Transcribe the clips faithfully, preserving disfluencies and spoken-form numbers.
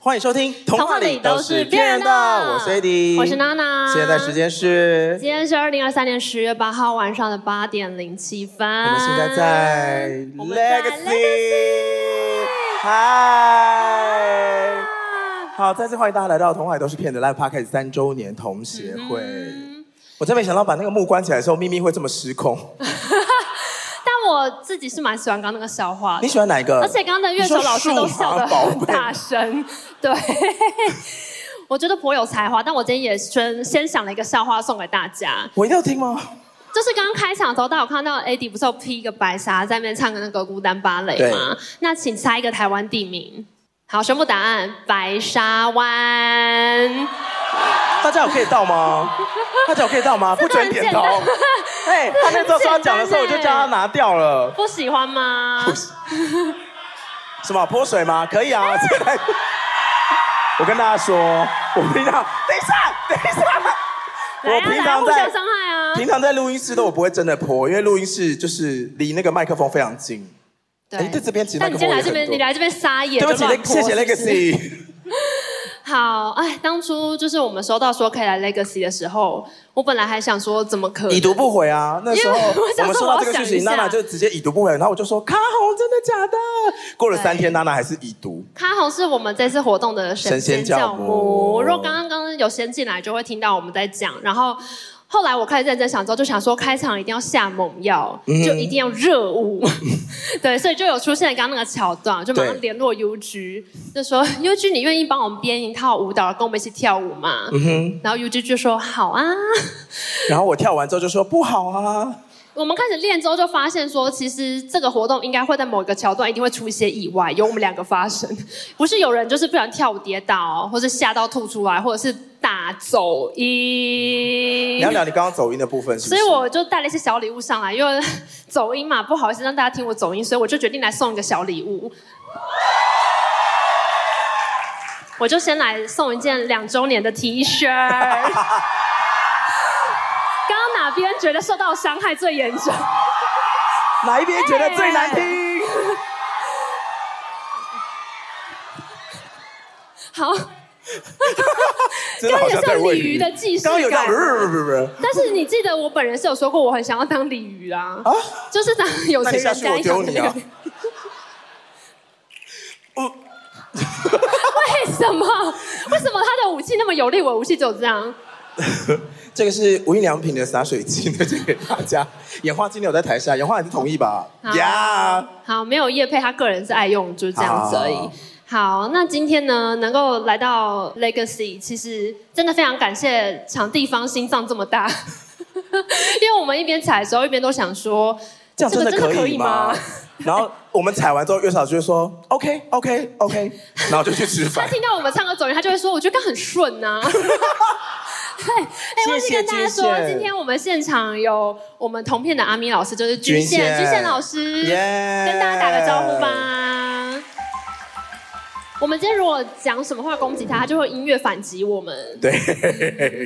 欢迎收听《童话里都是骗人的》，我是 A D， 我是娜娜。 现在时间是今天是二零二三年十月八号晚上的八点零七分。 我们现在在 Legacy， 嗨，好，再次欢迎大家来到《童话里都是骗人的》Live Podcast 三周年童协会。嗯、我真没想到把那个幕关起来的时候，咪咪会这么失控。 但我自己是蛮喜欢刚刚那个笑话的。 你喜欢哪一个？ 而且刚刚的乐手老师都笑得很大声，对，我觉得颇有才华。但我今天也先先想了一个笑话送给大家。 我一定要听吗？ 就是刚刚开场的时候，大家有看到 A D 不是有披一个白纱在那边唱的那个孤单芭蕾吗？那请猜一个台湾地名。好，宣布答案：白沙湾。 大家有可以到吗？大家有可以到吗？不准点头。哎，他那时候说要讲的时候，我就叫他拿掉了。 不喜欢吗？ 什么泼水吗？可以啊。我跟大家说，我平常等一下，等一下， 我平常在互相伤害啊。 平常在录音室都我不会真的泼，因为录音室就是离那个麦克风非常近。 对， 在这边其实麦克风但你今天来这边，你来这边撒野， 对不起，谢谢 Legacy。 好，哎，当初就是我们收到说可以来 Legacy 的时候，我本来还想说怎么可能已读不回啊？那时候我们收到这个讯息，娜娜就直接已读不回，然后我就说卡红真的假的？过了三天，娜娜还是已读。 卡红是我们这次活动的神仙教母，如果刚刚刚有先进来，就会听到我们在讲，然后。后来我开始认真想之后，就想说开场一定要下猛药，嗯、就一定要热舞，对，所以就有出现刚刚那个桥段，就马上联络 U G， 就说 U G 你愿意帮我们编一套舞蹈，跟我们一起跳舞吗？嗯哼，然后 U G 就说好啊， 然后我跳完之后就说不好啊。 我们开始练之后就发现说，其实这个活动应该会在某一个桥段一定会出一些意外，由我们两个发生，不是有人就是不小心跳舞跌倒，或是吓到吐出来，或者是大走音。 你要聊你刚刚走音的部分是不是？ 所以我就带了一些小礼物上来，因为走音嘛，不好意思让大家听我走音，所以我就决定来送一个小礼物。我就先来送一件两周年的 T 恤。刚刚哪边觉得受到伤害最严重？ 哪一边觉得最难听？ 好，刚刚也像鲤鱼的既视感。刚刚有这样，不是不是。但是你记得我本人是有说过我很想要当鲤鱼啊，啊就是当有钱人家一样的那个。为什么？为什么他的武器那么有力？我的武器只有这样。 这个是无印良品的洒水器，推荐给大家。演化今天有在台下，演化你是同意吧？呀， yeah 好，没有业配，他个人是爱用，就是这样子而已。好, 好，那今天呢，能够来到 Legacy， 其实真的非常感谢场地方心脏这么大，因为我们一边踩的时候，一边都想说， 这样真的可以 吗? 可以吗？然后我们踩完之后，月嫂就会说 OK OK OK， 然后就去吃饭。 他听到我们唱歌走人，他就会说，我觉得刚很顺呐、啊。对，哎，忘记跟大家说，今天我们现场有我们同片的阿咪老师，就是君宪，君宪老师， yeah 跟大家打个招呼吧。我们今天如果讲什么话攻击他，他就会音乐反击我们。 对。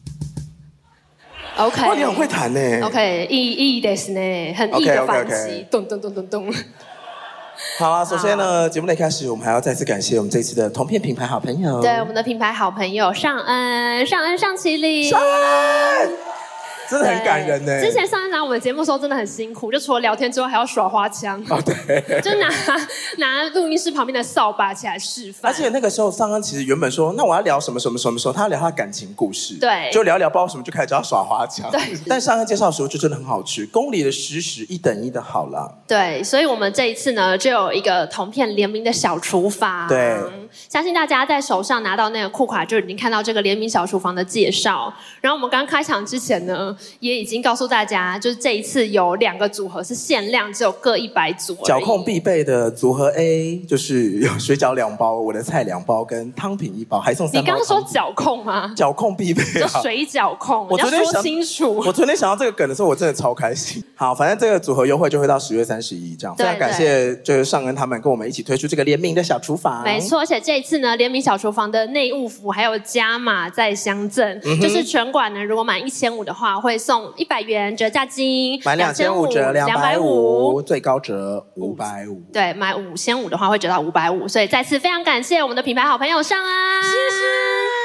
OK， 哇，你很会弹呢。 OK， いいですね，很易的反击，咚咚咚咚咚。 好啊，首先呢，节目的一开始，我们还要再次感谢我们这一次的同片品牌好朋友， 对，我们的品牌好朋友尚恩，尚恩尚麒麟， 尚恩，真的很感人呢。 之前上一场我们节目的时候真的很辛苦，就除了聊天之外，还要耍花枪。 哦，对， 就拿拿录音室旁边的扫把起来示范。 而且那个时候，尚恩其实原本说，那我要聊什么什么什么时候，他要聊他感情故事， 对， 就聊聊不知道什么，就开始叫他耍花枪。 对， 但尚恩介绍的时候就真的很好吃，宫里的食食一等一的好啦。 对，所以我们这一次呢，就有一个同片联名的小厨房。 对， 相信大家在手上拿到那个库卡就已经看到这个联名小厨房的介绍。然后我们刚开场之前呢，也已经告诉大家，就是这一次有两个组合是限量，只有各一百组而已。 脚控必备的组合 A 就是有水饺两包，我的菜两包，跟汤品一包，还送三包。 你刚刚说脚控吗？ 脚控必备啊， 就水饺控，我昨天说清楚。 我昨天想到这个梗的时候，我真的超开心。好，反正这个组合优惠就会到十月三十一这样。非常感谢就是尚恩他们跟我们一起推出这个联名的小厨房。 没错，而且且这一次呢，联名小厨房的内务服还有加码再相赠，嗯、就是全馆呢，如果满一千五的话，会送一百元折价金， 满两千五折两百五，最高折五百五。 对，买五千五的话会折到五百五，所以再次非常感谢我们的品牌好朋友上啊，谢谢。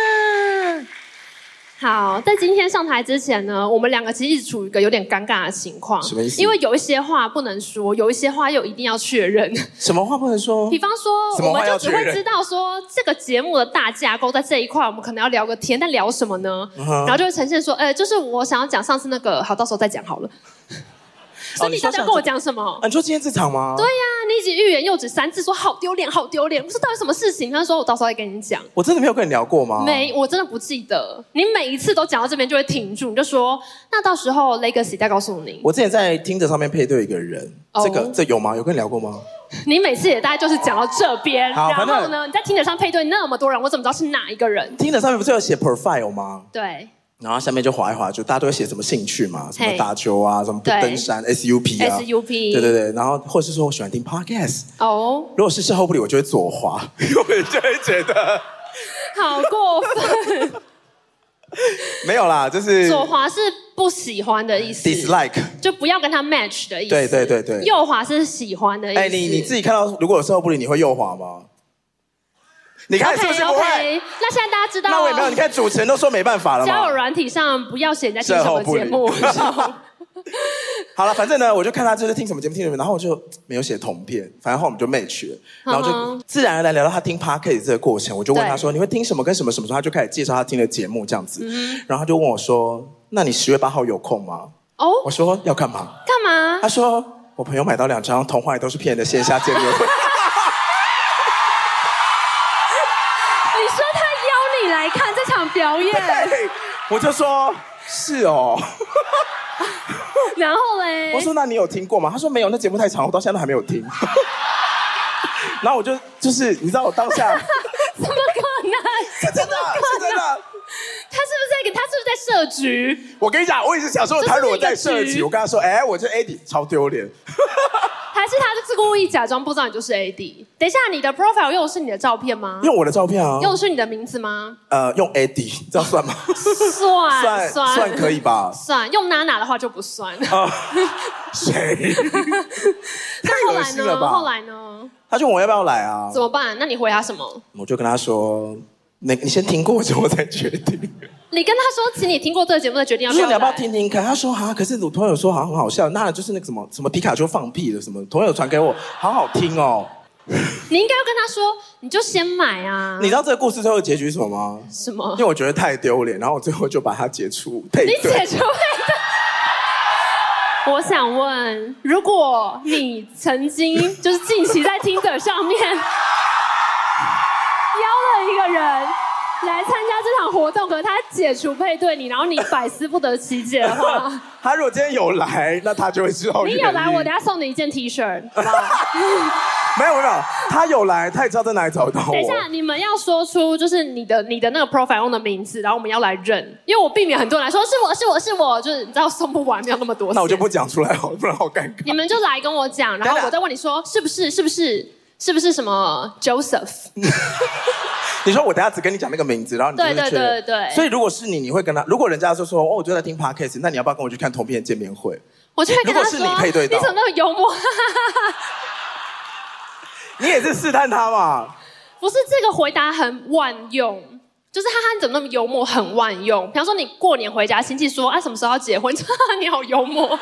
好，在今天上台之前呢，我们两个其实一直处于一个有点尴尬的情况。 什么意思？ 因为有一些话不能说，有一些话又一定要确认。 什么话不能说？ 比方说，我们就只会知道说这个节目的大架构在这一块，我们可能要聊个天，但聊什么呢？嗯、然后就会呈现说，呃，就是我想要讲上次那个，好，到时候再讲好了。所以你到底要跟我讲什么？ 啊、你说今天这场吗？ 对呀、啊，你已经欲言又止三次，说好丢脸，好丢脸。不是到底什么事情？他说我到时候再跟你讲。 我真的没有跟你聊过吗？ 没，我真的不记得。你每一次都讲到这边就会停住，你就说那到时候 Legacy 再告诉你。 我之前在Tinder上面配对一个人，哦、这个这有吗？有跟你聊过吗？ 你每次也大概就是讲到这边，然后呢，你在Tinder上配对那么多人，我怎么知道是哪一个人 ？Tinder上面不是有写 profile 吗？ 对。 然后下面就滑一滑，就大家都会写什么兴趣嘛，什么打球啊，什么登山 S U P 啊 ，S U P， 对对对，然后或者是说我喜欢听 podcast， 哦，如果是事后不理，我就会左滑，因为我就会觉得好过分。 没有啦，就是左滑是不喜欢的意思 ，dislike 就不要跟他 match 的意思， 对对对对， 右滑是喜欢的意思。 哎，你你自己看到如果有事后不理，你会右滑吗？你看是不是不会？ Okay, okay. 那现在大家知道， 那我也没有。你看主持人都说没办法了嘛。 交友软体上不要写人家听什么节目。 好了，反正呢，我就看他就是听什么节目听什么，然后我就没有写同片，反正后我们就 match 了，然后就自然而然聊到他听 podcast 这个过程，我就问他说你会听什么跟什么什么时候，他就开始介绍他听的节目这样子，嗯、然后他就问我说，那你十月八号有空吗？哦，我说要干嘛？ 干嘛？ 他说我朋友买到两张童话也都是骗人的线下见面会。 来看这场表演， 我就说是哦。 然后嘞， 我说那你有听过吗？他说没有，那节目太长，我到现在都还没有听。然后我就就是你知道我当下怎么可能？ 是真的，是真的。 他是不是在给他是不是在设局？ 我跟你讲，我也是想说他如果在设局，我跟他说，哎，我这 A D 超丢脸。 还是他就是故意假装不知道你就是 A D？ 等一下，你的 profile 用的是你的照片吗？ 用我的照片啊。 用的是你的名字吗？ 呃，用 A D， 这样算吗？ 算算算算可以吧？ 算，用娜娜的话就不算。啊？ 谁？ 那后来呢？后来呢？ 他就问我要不要来啊？ 怎么办？那你回他什么？ 我就跟他说，那你先听过之后再决定。 你跟他说，请你听过这个节目的决定要不要来？ 你要不要听听看？他说哈，可是我朋友说好像很好笑，那就是那个什么什么皮卡丘放屁的什么，朋友传给我，好好听哦。 你应该要跟他说，你就先买啊。 你知道这个故事最后的结局是什么吗？ 什么？ 因为我觉得太丢脸，然后我最后就把它解除配对。 你解除配对？我想问，如果你曾经就是近期在Tinder上面邀了一个人来参加这场活动，可是他解除配对你，然后你百思不得其解的话， 他如果今天有来，那他就会知道。 你有来，我等下送你一件 T 恤，好不好？ 没有没有，他有来，他也知道在哪里找到我。 等一下，你们要说出就是你的你的那个 profile 用的名字，然后我们要来认，因为我避免很多人来说是我是我是我，就是你知道送不完，没有那么多。 那我就不讲出来好了，不然好尴尬。 你们就来跟我讲，然后我再问你说是不是是不是是不是什么 Joseph？ 你说我等下只跟你讲那个名字，然后你就对对对对。 所以如果是你，你会跟他；如果人家就说哦，我就在听 podcast， 那你要不要跟我去看同片见面会？ 我就会跟他说， 如果是你配对到， 你怎么那么幽默？ 你也是试探他嘛？ 不是，这个回答很万用，就是哈哈，你怎么那么幽默，很万用。比方说你过年回家，亲戚说啊什么时候要结婚，哈哈，你好幽默。妈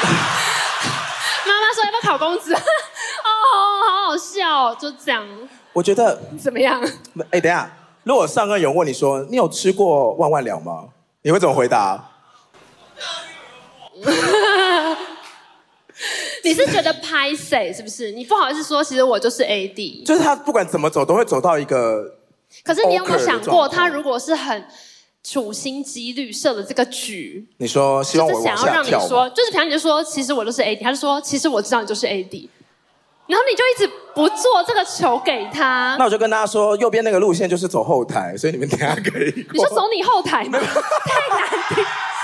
妈说要不要考公职？哦，好好笑，就这样。 我觉得怎么样？ 哎，等一下，如果上个有问你说你有吃过万万两吗？你会怎么回答？ 你是觉得拍谁是不是？你不好意思说，其实我就是 A D。 就是他不管怎么走，都会走到一个。 可是你有没有想过，他如果是很处心积虑设的这个局？ 你说希望我往下跳？ 就是想要让你说，就是平常你就说，其实我就是 A D， 他就说，其实我知道你就是 A D。然后你就一直不做这个球给他。 那我就跟大家说，右边那个路线就是走后台，所以你们等一下可以。 你说走你后台吗？太难听，太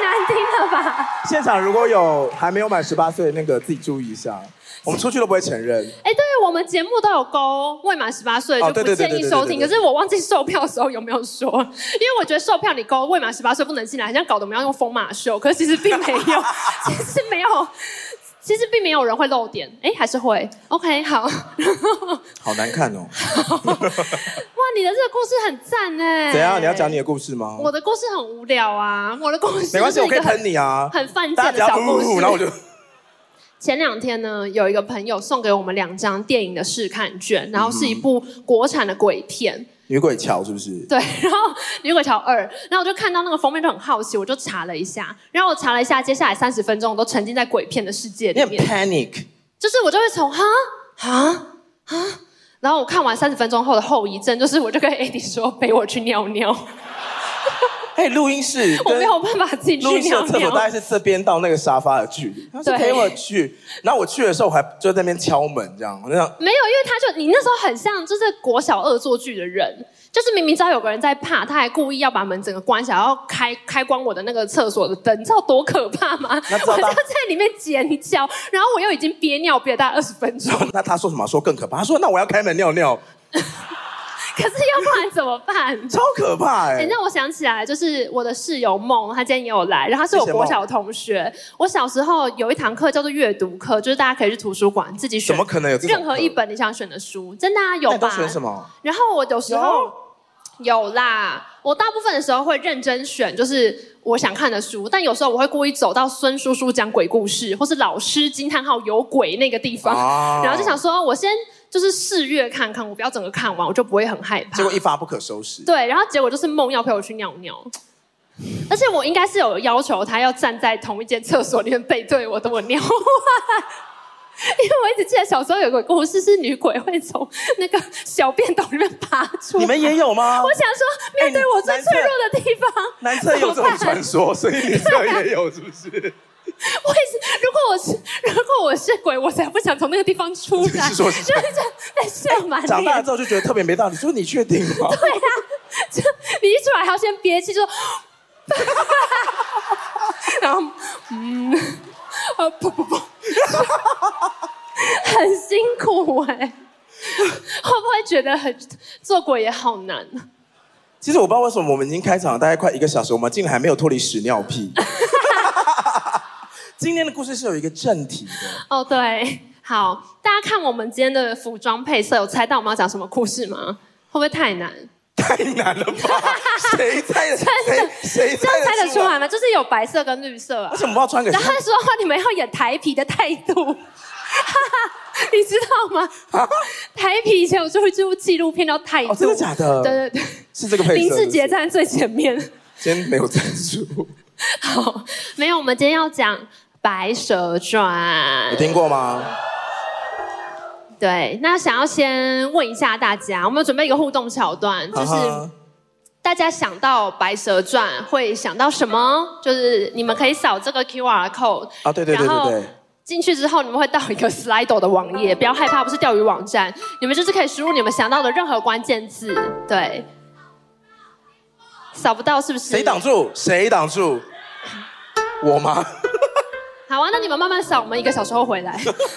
难听了吧？ 现场如果有还没有满十八岁的那个，自己注意一下。我们出去都不会承认。 哎，对，我们节目都有勾未满十八岁就不建议收听。可是我忘记售票的时候有没有说，因为我觉得售票你勾未满十八岁不能进来，好像搞得我们要用疯马秀，可是其实并没有，其实没有。其实并没有人会漏点，哎，还是会。OK， 好。 好难看哦。 哇，你的这个故事很赞哎。 怎样？你要讲你的故事吗？ 我的故事很无聊啊，我的故事没关系，我可以喷你啊。 很犯贱的小故事。 然后我就。 前两天呢，有一个朋友送给我们两张电影的试看券，然后是一部国产的鬼片。女鬼桥是不是？ 对，然后女鬼桥二，然后我就看到那个封面就很好奇，我就查了一下，然后我查了一下，接下来三十分钟我都沉浸在鬼片的世界里面。 你很 panic， 就是我就会从哈哈哈，然后我看完三十分钟后的后遗症，就是我就跟 A D 说陪我去尿尿。 哎，录音室我没有办法自己去尿尿。 录音室的厕所大概是这边到那个沙发的距离，他说陪我去。然后我去的时候，我还就在那边敲门，这样我就想没有，因为他就你那时候很像就是国小恶作剧的人，就是明明知道有个人在怕，他还故意要把门整个关起来，然后开开关我的那个厕所的灯，你知道多可怕吗？我就在里面尖叫，然后我又已经憋尿憋了大概二十分钟。 那他说什么？说更可怕？他说那我要开门尿尿。 可是要不然怎么办？ 超可怕哎、欸！ 哎，让我想起来，就是我的室友梦，他今天也有来，然后他是我国小的同学。我小时候有一堂课叫做阅读课，就是大家可以去图书馆自己选， 怎么可能有这种任何一本你想选的书？真的啊，有吧？ 那你都选什么？ 然后我有时候 有, 有啦，我大部分的时候会认真选，就是我想看的书，但有时候我会故意走到孙叔叔讲鬼故事，或是老师惊叹号有鬼那个地方，啊、然后就想说，我先。就是试阅看看，我不要整个看完，我就不会很害怕。 结果一发不可收拾。 对，然后结果就是梦要陪我去尿尿，而且我应该是有要求他要站在同一间厕所里面背对我，等我尿完。因为我一直记得小时候有个故事，是女鬼会从那个小便斗里面爬出来。 你们也有吗？ 我想说，面对我最脆弱的地方， 男厕有这种传说，所以女厕也有，是不是？ 我也是，如果我是如果我是鬼，我才不想从那个地方出来。 是说是就是被射满脸。 长大了之后就觉得特别没道理，说你确定吗？ 对啊，就你一出来还要先憋气，就然后嗯，啊不不不，很辛苦哎、欸，会不会觉得很做鬼也好难？ 其实我不知道为什么我们已经开场了大概快一个小时，我们竟然还没有脱离屎尿屁。今天的故事是有一个正题的哦，对，好，大家看我们今天的服装配色，有猜到我们要讲什么故事吗？会不会太难？ 太难了吧？谁猜的？谁谁这样猜得出来吗？就是有白色跟绿色啊。 为什么不要穿个？ 然后他说你们要演台皮的态度，你知道吗？台皮以前有做一部纪录片叫《态度》， 哦，真的假的？ 对对对， 是这个配色。 林志杰站最前面。 今天没有赞助。 好，没有，我们今天要讲。《白蛇传》 有听过吗？ 对，那想要先问一下大家，我们准备一个互动桥段，就是大家想到《白蛇传》会想到什么？就是你们可以扫这个 Q R code 啊，对对对对对。 进去之后，你们会到一个 Slido 的网页，不要害怕，不是钓鱼网站，你们就是可以输入你们想到的任何关键字。对，扫不到是不是？ 谁挡住？谁挡住？我吗？ 好啊，那你们慢慢扫，我们一个小时后回来。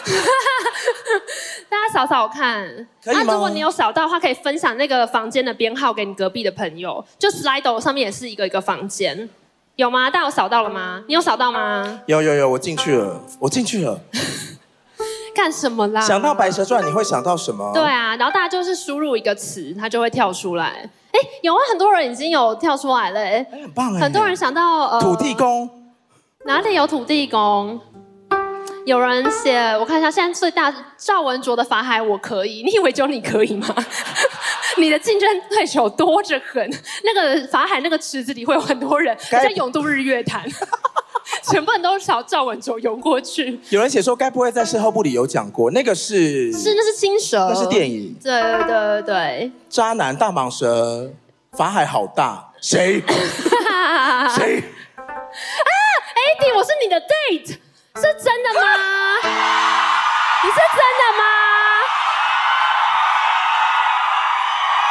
大家扫扫看， 可以吗？ 啊、如果你有扫到的话，可以分享那个房间的编号给你隔壁的朋友。就 Slido 上面也是一个一个房间，有吗？大家有扫到了吗？你有扫到吗？ 有有有，我进去了，我进去了。 干什么啦？ 想到《白蛇传》，你会想到什么？ 对啊，然后大家就是输入一个词，它就会跳出来。哎，有啊，很多人已经有跳出来了，哎， 很棒哎。 很多人想到、呃、 土地公。 哪里有土地公？有人写，我看一下，现在最大赵文卓的法海我可以，你以为只有你可以吗？你的竞争对手多着很，那个法海那个池子里会有很多人，在泳渡日月潭，全部人都朝赵文卓游过去。 有人写说，该不会在事后部里有讲过？那个是是那是青蛇， 那是电影。 对对对对， 渣男大蟒蛇，法海好大，谁？谁？ 啊 ，A D， 我是你的 date， 是真的吗？你是真的吗？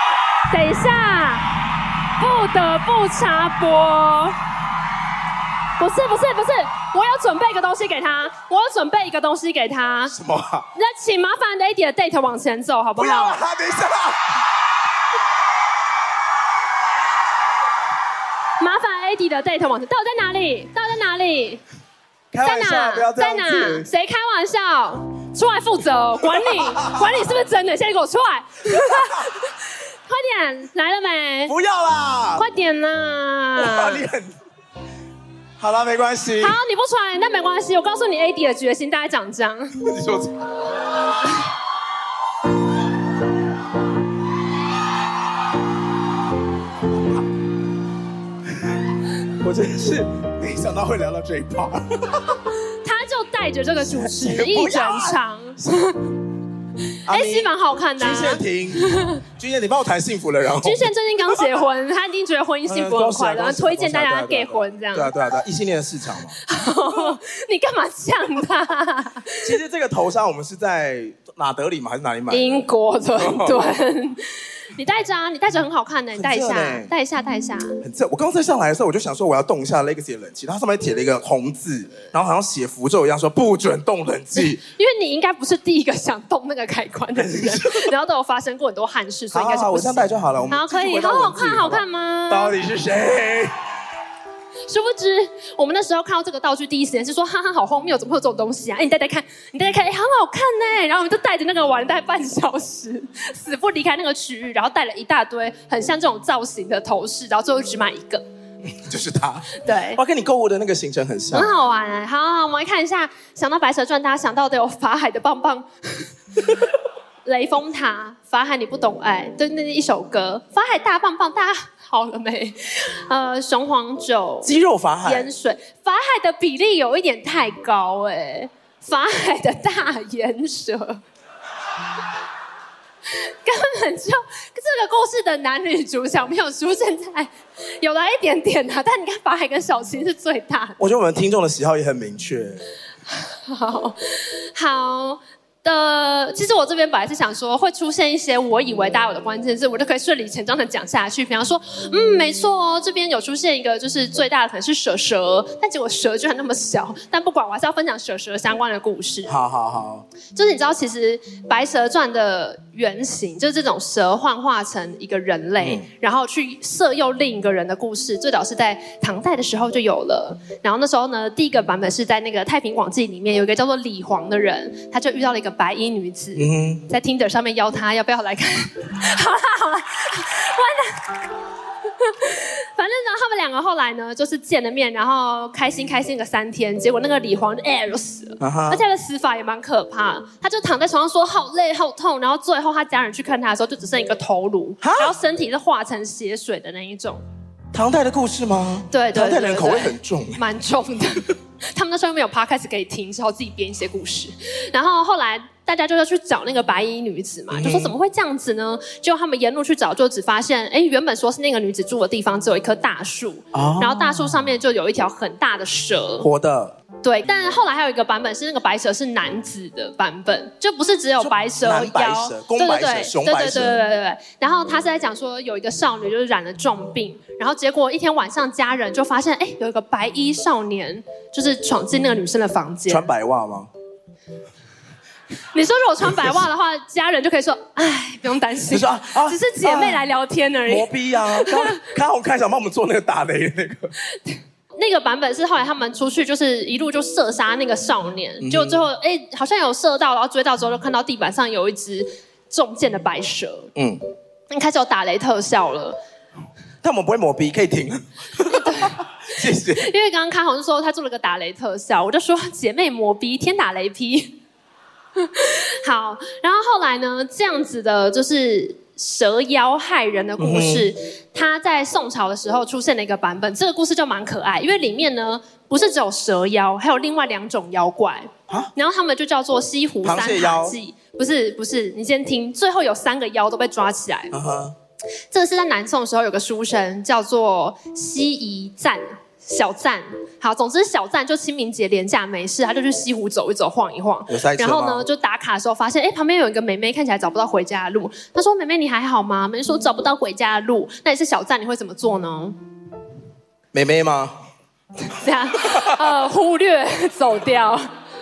等一下，不得不插播。 不是不是不是，我有准备一个东西给他，我有准备一个东西给他。 什么、啊？ 那请麻烦 Eddie 的 date 往前走，好不好？ 不要啊！等一下。 麻烦 Eddie 的 date 往前，到底在哪里？到底在哪里？ 开玩笑，不要这样子。 在哪？谁开玩笑？出来负责，管你，管你是不是真的？现在给我出来！快点，来了没？ 不要啦！ 快点啦！ 哇，你很……好了，没关系。 好，你不出来，那没关系。我告诉你 ，Eddie 的决心大概长这样。 你说。我真的是没想到会聊到这一 part。 他就带着这个主持一整场。哎，是蛮好看的、啊。 君宪婷，君宪，你帮我谈幸福了，然后。 君宪最近刚结婚，他一定觉得婚姻幸福很快乐，推荐大家结婚这样。 对啊，对啊，对啊，异性恋的市场嘛。 你干嘛这样他？ 其实这个头纱我们是在哪德里吗？还是哪里买？ 英国伦敦。你戴着啊，你戴着很好看的，你戴一下，戴一下，戴一下。 很正。我刚刚在上来的时候，我就想说我要动一下 Legacy 的冷气，它上面贴了一个红字，然后好像写符咒一样，说不准动冷气。 因为你应该不是第一个想动那个开关的人，然后都有发生过很多憾事，所以应该是不行。 好好好，我这样戴就好了。我们好，可以，好好看，好看吗？ 到底是谁？ 殊不知，我们那时候看到这个道具，第一时间是说：“哈哈，好荒谬，怎么会有这种东西啊？”哎，你戴戴看，你戴戴看，哎，很好看呢。然后我们就带着那个玩大概半小时，死不离开那个区域，然后带了一大堆很像这种造型的头饰，然后最后只买一个， 就是它。 对， 哇，跟你购物的那个行程很像， 很好玩哎。好好，我们来看一下，想到《白蛇传》，大家想到的有法海的棒棒。雷峰塔，法海你不懂爱，对，那一首歌，法海大棒棒，大家好了没？呃，雄黄酒， 鸡肉法海， 盐水，法海的比例有一点太高哎，法海的大盐蛇，根本就这个故事的男女主角没有出现在，有来一点点啊，但你看法海跟小青是最大的。 我觉得我们听众的喜好也很明确。 好，好。的，其实我这边本来是想说会出现一些我以为大家有的关键字，我就可以顺理成章的讲下去。比方说，嗯，没错哦，这边有出现一个，就是最大的可能是蛇蛇，但结果蛇居然那么小。但不管，我还是要分享蛇蛇相关的故事。 好好好， 就是你知道，其实《白蛇传》的原型就是这种蛇幻化成一个人类，嗯、然后去色诱另一个人的故事，最早是在唐代的时候就有了。然后那时候呢，第一个版本是在那个《太平广记》里面，有一个叫做李黄的人，他就遇到了一个白衣女子，嗯、在 Tinder 上面邀他要不要来看。好啦好啦，完了。反正呢，他们两个后来呢，就是见了面，然后开心开心个三天，结果那个李黄哎就死了， uh-huh. 而且他的死法也蛮可怕，他就躺在床上说好累好痛，然后最后他家人去看他的时候，就只剩一个头颅， huh? 然后身体是化成血水的那一种。 唐代的故事吗？ 对对对对， 唐代人口味很重， 蛮重的。他们那时候没有 podcast 可以听，只好自己编一些故事。然后后来大家就要去找那个白衣女子嘛，就说怎么会这样子呢？结果他们沿路去找，就只发现，哎，原本说是那个女子住的地方只有一棵大树，哦、然后大树上面就有一条很大的蛇， 活的。 对，但后来还有一个版本是那个白蛇是男子的版本，就不是只有白蛇妖， 白蛇公白蛇、雄白蛇， 对对对对对对。然后他是在讲说有一个少女就是染了重病，然后结果一天晚上家人就发现，哎，有一个白衣少年就是闯进那个女生的房间， 穿白袜吗？ 你说如果穿白袜的话，家人就可以说，哎，不用担心， 说啊， 只是姐妹来聊天而已。 磨逼啊！看红开想帮我们做那个打雷的那个。 那个版本是后来他们出去，就是一路就射杀那个少年，结果最后哎好像有射到，然后追到之后就看到地板上有一只中箭的白蛇，嗯，开始有打雷特效了。 但我们不会磨逼，可以停。谢谢。 因为刚刚开红就说他做了个打雷特效，我就说姐妹磨逼，天打雷劈。好，然后后来呢，这样子的就是蛇妖害人的故事，嗯、它在宋朝的时候出现了一个版本，这个故事就蛮可爱，因为里面呢不是只有蛇妖，还有另外两种妖怪，然后他们就叫做西湖三塔记，不是不是，你先听，最后有三个妖都被抓起来了。Uh-huh. 这个是在南宋的时候有个书生叫做西夷赞。小赞，好，总之小赞就清明节连假没事，他就去西湖走一走，晃一晃。 有塞车吗？ 然后呢，就打卡的时候发现，哎，旁边有一个妹妹看起来找不到回家的路。他说：“妹妹，你还好吗？”妹妹说：“找不到回家的路。”那你是小赞，你会怎么做呢？ 妹妹吗？ 这样呃忽略走掉。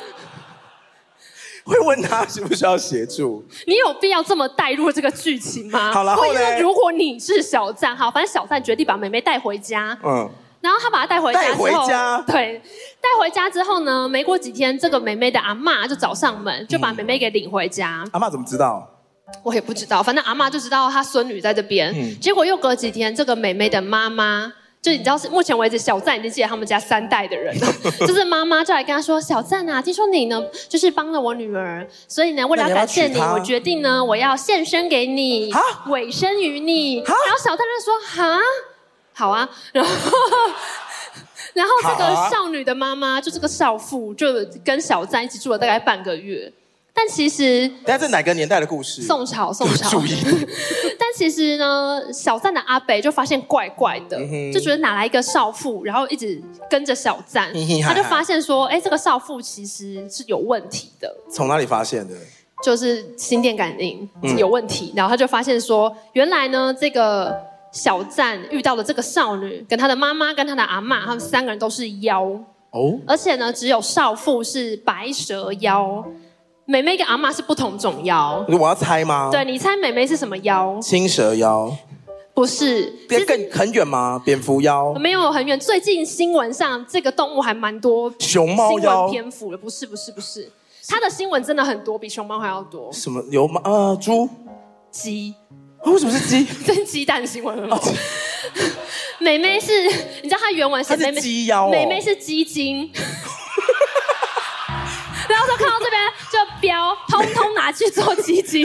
会问他需不需要协助？ 你有必要这么带入这个剧情吗？ 好，然后呢？ 如果你是小赞，好，反正小赞决定把妹妹带回家。嗯。然后他把她带回家之后， 带回家， 对，带回家之后呢，没过几天，这个妹妹的阿嬷就找上门，就把妹妹给领回家。 嗯、阿嬷怎么知道？ 我也不知道，反正阿嬷就知道她孙女在这边。嗯、结果又隔几天，这个妹妹的妈妈。就你知道是目前为止，小赞已经记得他们家三代的人了。就是妈妈就来跟他说：“小赞啊，听说你呢，就是帮了我女儿，所以呢，为了要感谢你，我决定呢，我要献身给你，委身于你。”然后小赞就说：“哈，好啊。”然后，然后这个少女的妈妈，就这个少妇，就跟小赞一起住了大概半个月。但其实， 等下这哪个年代的故事？ 宋朝，宋朝。 注意。 但其实呢，小赞的阿北就发现怪怪的，嗯、就觉得哪来一个少妇，然后一直跟着小赞，嗯、他就发现说，哎，这个少妇其实是有问题的。 从哪里发现的？ 就是心电感应有问题，嗯、然后他就发现说，原来呢，这个小赞遇到的这个少女，跟他的妈妈跟他的阿嬷，他们三个人都是妖哦，而且呢，只有少妇是白蛇妖。妹妹跟阿嬷是不同种妖， 我要猜吗？ 对，你猜妹妹是什么妖？ 青蛇妖？ 不是， 更很远吗？蝙蝠妖？ 没有很远。最近新闻上这个动物还蛮多， 熊猫妖新闻篇幅了。不是，不是，不是，它的新闻真的很多，比熊猫还要多。 什么有吗？呃，猪、 鸡？ 为什么是鸡？ 这鸡蛋新闻很好。妹妹是，你知道它原文写妹妹鸡妖， 妹妹是鸡精。然后就看到这边就标，通通拿去做基金。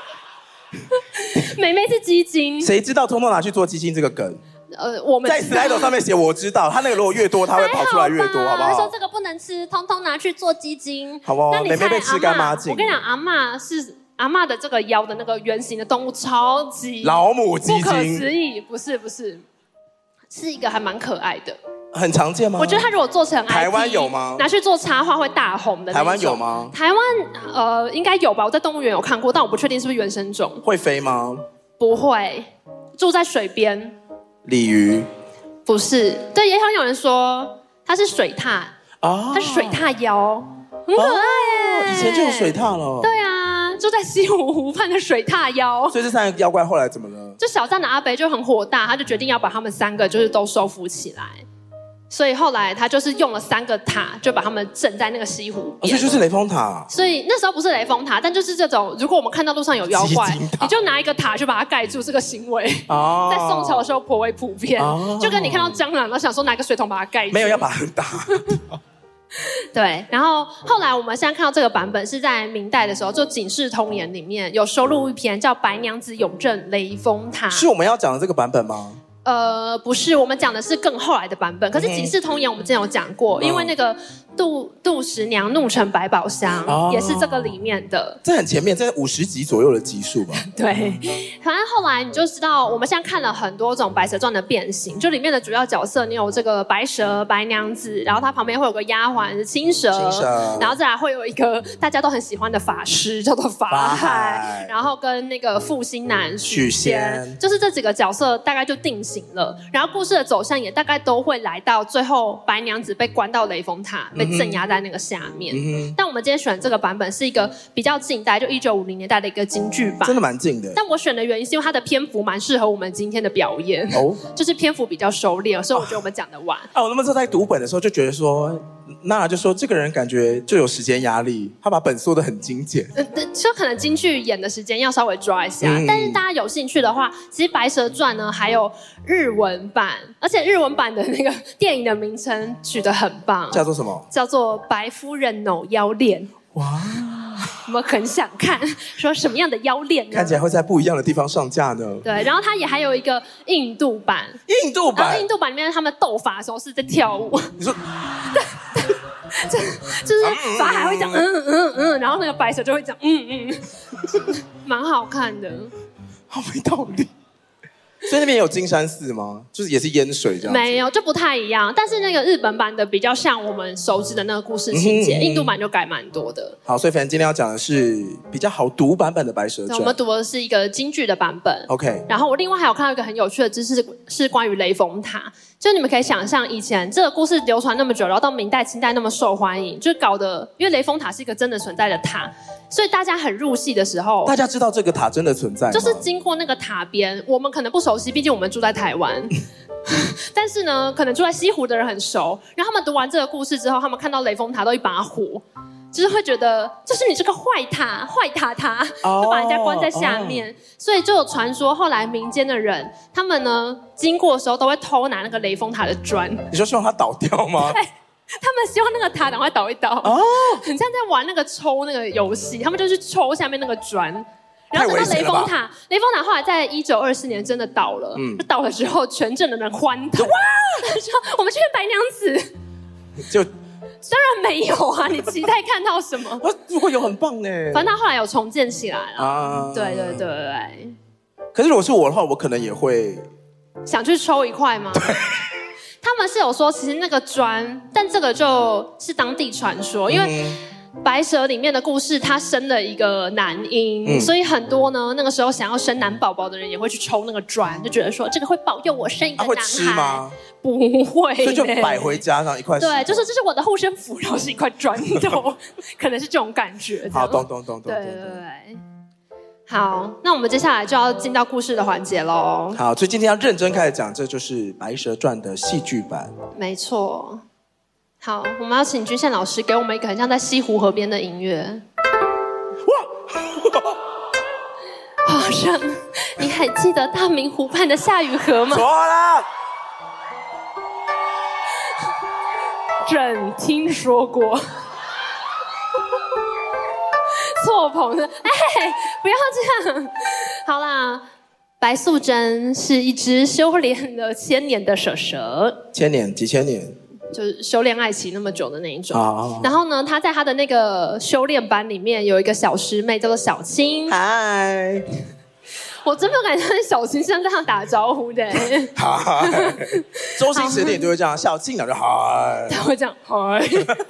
妹妹是基金， 谁知道通通拿去做基金这个梗？ 呃，我们在 slide 上面写我知道，他那个如果越多，他会跑出来越多，好不好？ 他说这个不能吃，通通拿去做基金， 好不好？ 那你猜妹妹被吃干抹净。 我跟你讲，阿嬷是阿嬷的这个腰的那个圆形的动物，超级老母基金， 不可思议，不是不是，是一个还蛮可爱的。 很常见吗？ 我觉得它如果做成 I P， 台湾有吗？ 拿去做插画会大红的那种。 台湾有吗？ 台湾呃应该有吧，我在动物园有看过，但我不确定是不是原生种。 会飞吗？ 不会，住在水边。 鲤鱼？ 不是，对，也好像有人说它是水獭，哦，它是水獭妖，很可爱耶、 哦。以前就有水獭了。 对啊，就在西湖湖畔的水獭妖。 所以这三个妖怪后来怎么了？ 就小赞的阿北就很火大，他就决定要把他们三个就是都收服起来。所以后来他就是用了三个塔，就把他们镇在那个西湖边。 哦，所以就是雷峰塔。 所以那时候不是雷峰塔，但就是这种，如果我们看到路上有妖怪，你就拿一个塔去把它盖住，这个行为，哦、在宋朝的时候颇为普遍。哦、就跟你看到蟑螂，然后想说拿个水桶把它盖住。 没有要把它打。 对，然后后来我们现在看到这个版本是在明代的时候，就《警世通言》里面有收录一篇叫《白娘子永镇雷峰塔》。 是我们要讲的这个版本吗？ 呃，不是，我们讲的是更后来的版本。可是《警世通言》我们之前有讲过，嗯、因为那个杜杜十娘怒沉百宝箱、哦、也是这个里面的。 这很前面，这五十集左右的集数吧。 对，反正后来你就知道，我们现在看了很多种《白蛇传》的变形，就里面的主要角色，你有这个白蛇、白娘子，然后它旁边会有个丫鬟是青蛇， 青蛇然后再来会有一个大家都很喜欢的法师，叫做法海，然后跟那个负心男许仙，就是这几个角色大概就定型了。然后故事的走向也大概都会来到最后，白娘子被关到雷峰塔，被镇压在那个下面。嗯、但我们今天选这个版本是一个比较近代，就一九五零年代的一个京剧版， 真的蛮近的。 但我选的原因是因为它的篇幅蛮适合我们今天的表演，哦，就是篇幅比较收敛，所以我觉得我们讲得完。 啊，我那么时候在读本的时候就觉得说，娜娜就说这个人感觉就有时间压力，他把本缩得很精简。 呃，就可能京剧演的时间要稍微抓一下，嗯、但是大家有兴趣的话，其实《白蛇传》呢还有日文版，而且日文版的那个电影的名称取得很棒， 叫做什么？ 叫做《白夫人扭腰恋》。哇！我们很想看，说什么样的妖恋呢？ 看起来会在不一样的地方上架呢。 对，然后它也还有一个印度版。 印度版， 印度版里面他们斗法的时候是在跳舞。 你说， 对对，就就是法海会讲嗯嗯嗯，然后那个白蛇就会讲嗯嗯，蛮好看的。 好没道理。 所以那边有金山寺吗？就是也是淹水这样？ 没有，就不太一样。但是那个日本版的比较像我们熟知的那个故事情节，嗯、印度版就改蛮多的。 好，所以反正今天要讲的是比较好读版本的《白蛇传》。 我们读的是一个京剧的版本。 OK。然后我另外还有看到一个很有趣的知识，是关于雷峰塔。就你们可以想象，以前这个故事流传那么久，然后到明代、清代那么受欢迎，就搞得，因为雷峰塔是一个真的存在的塔，所以大家很入戏的时候， 大家知道这个塔真的存在吗？ 就是经过那个塔边，我们可能不熟悉，毕竟我们住在台湾。但是呢，可能住在西湖的人很熟，然后他们读完这个故事之后，他们看到雷峰塔都一把火。就是会觉得，就是你这个坏塔，坏塔塔，就把人家关在下面， oh, oh. 所以就有传说，后来民间的人，他们呢经过的时候都会偷拿那个雷峰塔的砖。 你说希望它倒掉吗？ 对，他们希望那个塔赶快倒一倒，哦、oh. ，很像在玩那个抽那个游戏，他们就去抽下面那个砖。然后等到雷峰塔，雷峰塔后来在一九二四年真的倒了，嗯，就倒了之后，全镇的人欢腾，哇，说我们去看白娘子， 就。 当然没有啊！你期待看到什么？ 如果有很棒呢。 反正他后来有重建起来了。啊，对对对对。 可是如果是我的话，我可能也会想去抽一块吗？他们是有说，其实那个砖，但这个就是当地传说，因为白蛇里面的故事，它生了一个男婴，嗯、所以很多呢那个时候想要生男宝宝的人也会去抽那个砖，就觉得说这个会保佑我生一个男孩。啊、会吃吗？不会， 所以就摆回家上一块。 对，就是这是我的护身符，然后是一块砖头，可能是这种感觉。 好，懂懂懂懂。 对对对。好，那我们接下来就要进到故事的环节喽。 好，所以今天要认真开始讲，这就是《白蛇传》的戏剧版。 没错。好，我们要请君宪老师给我们一个很像在西湖河边的音乐。哇！皇上，你还记得大明湖畔的夏雨荷吗？ 错了。 朕听说过。错捧的，哎，不要这样。好啦，白素贞是一只修炼了千年的蛇蛇。 千年？几千年？ 就是修炼爱情那么久的那一种。Oh. 然后呢，她在她的那个修炼班里面有一个小师妹叫做小青。 嗨。 我真没有感觉小青是这样打招呼的。 嗨。周星驰电影就会这样，小青两就嗨。 他会这样嗨。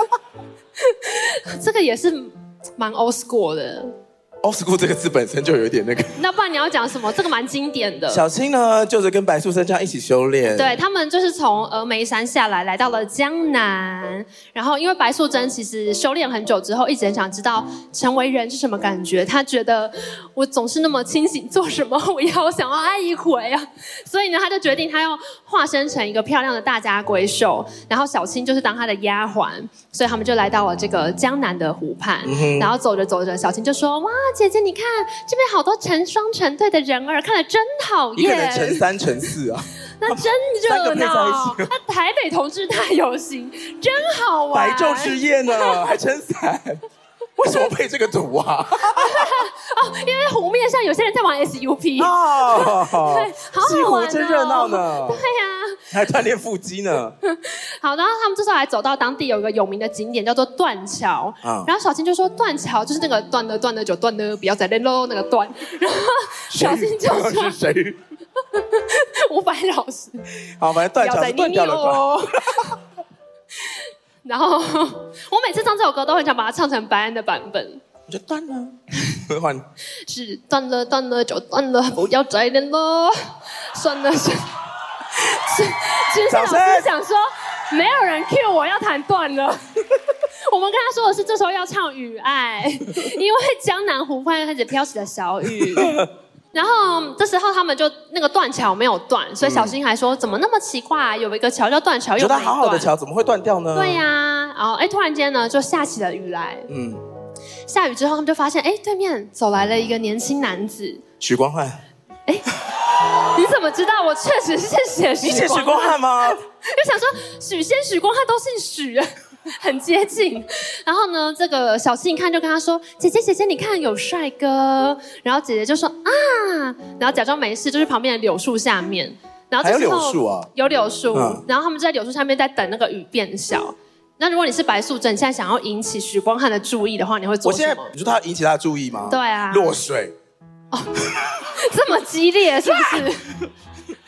这个也是蛮 old school 的。 old school 这个字本身就有一点那个。 那不然你要讲什么？这个蛮经典的。 小青呢，就是跟白素贞这样一起修炼。 对，他们就是从峨眉山下来，来到了江南。然后，因为白素贞其实修炼很久之后，一直很想知道成为人是什么感觉。她觉得我总是那么清醒，做什么我也好想要爱一回啊。所以呢，她就决定她要化身成一个漂亮的大家闺秀，然后小青就是当她的丫鬟。所以他们就来到了这个江南的湖畔。嗯、然后走着走着，小青就说：“哇！姐姐，你看这边好多成双成对的人儿，看得真讨厌。” 一个人成三成四啊， 那真热闹。那台北同志大游行真好玩。 白昼之夜呢，还撑伞，为什么配这个图啊？ 哦，因为湖面上有些人在玩 S U P 哦， 对，好好玩哦， 真热闹呢。 对呀、啊， 还锻炼腹肌呢。 好，然后他们这时候还走到当地有一个有名的景点叫做断桥，嗯、然后小青就说断桥就是那个断了断了就断了，不要再练喽那个断。然后小青就说是谁？ 伍佰老师。 好，反正断桥是断掉了断。 然后我每次唱这首歌都很想把它唱成白安的版本。 我就断了，换是断了断了就断了，不要再练了，算了算了。其实老师想说，没有人 cue 我要弹断了。我们跟他说的是，这时候要唱雨爱，因为江南湖畔开始飘起了小雨。然后这时候他们就那个断桥没有断，所以小新还说、嗯、怎么那么奇怪、啊，有一个桥叫断桥又没断， 觉得好好的桥怎么会断掉呢？ 对呀、啊，然后哎突然间呢就下起了雨来，嗯，下雨之后他们就发现哎对面走来了一个年轻男子， 许光汉。 哎，你怎么知道我确实是写许光汉？ 你写许光汉吗？ 就想说许仙、许光汉都姓许。很接近，然后呢，这个小青一看就跟他说：“姐姐，姐姐，你看有帅哥。”然后姐姐就说：“啊！”然后假装没事，就去旁边的柳树下面。然后还有柳树啊？有柳树。嗯、然后他们就在柳树下面在等那个雨变小。那如果你是白素贞，你现在想要引起许光汉的注意的话，你会做什么？ 我现在你说他引起他的注意吗？ 对啊。 落水。 哦，这么激烈是不是？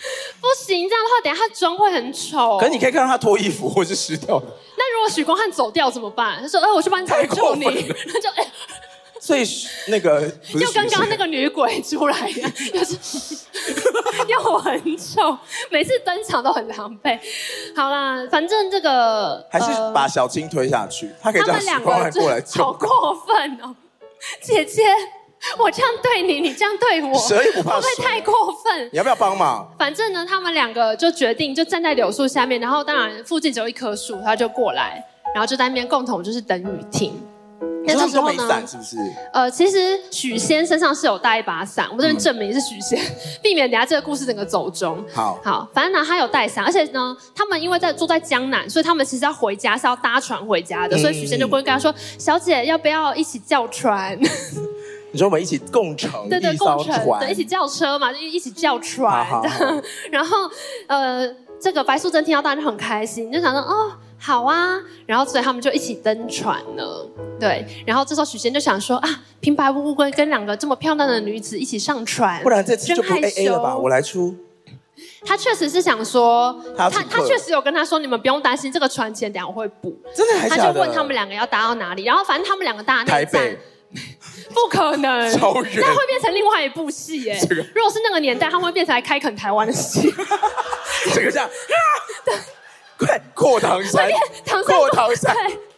行，这样的话等一下他妆会很丑。 可是你可以看到他脱衣服或是湿掉的。 那如果许光汉走掉怎么办？他说：“哎、呃，我去帮你拯救你。”他就哎。欸所以那个就刚刚那个女鬼出来的，就是又很丑，每次登场都很狼狈。好啦，反正这个还是把小青推下去，呃、他可以叫许光汉过来救。 好过分哦，姐姐，我这样对你，你这样对我， 蛇也不怕蛇， 会不会太过分？ 你要不要帮忙？ 反正呢，他们两个就决定就站在柳树下面，然后当然附近只有一棵树，他就过来，然后就在那边共同就是等雨停。 那他们都没伞是不是？ 呃，其实许仙身上是有带一把伞，我这边证明是许仙，嗯、避免等下这个故事整个走中。 好， 好，反正呢他有带伞，而且呢，他们因为在住在江南，所以他们其实要回家是要搭船回家的，嗯、所以许仙就过去跟他说：“小姐，要不要一起叫船？” 你说我们一起共乘对对， 共乘， 对，一起叫车嘛，就一起叫船。 好好好然后呃，这个白素贞听到当然就很开心，就想说哦。好啊，然后所以他们就一起登船了，对。然后这时候许仙就想说啊，平白无故跟两个这么漂亮的女子一起上船， 不然这次就不 A A 了吧？我来出。 他确实是想说， 他他他确实有跟他说，你们不用担心，这个船钱等一下我会补。 真的还假的？ 他就问他们两个要搭到哪里，然后反正他们两个搭那一站。不可能， 超远， 那会变成另外一部戏耶。这个、如果是那个年代，他们会变成来开垦台湾的戏。 这个这样，对。快过唐山，过唐山，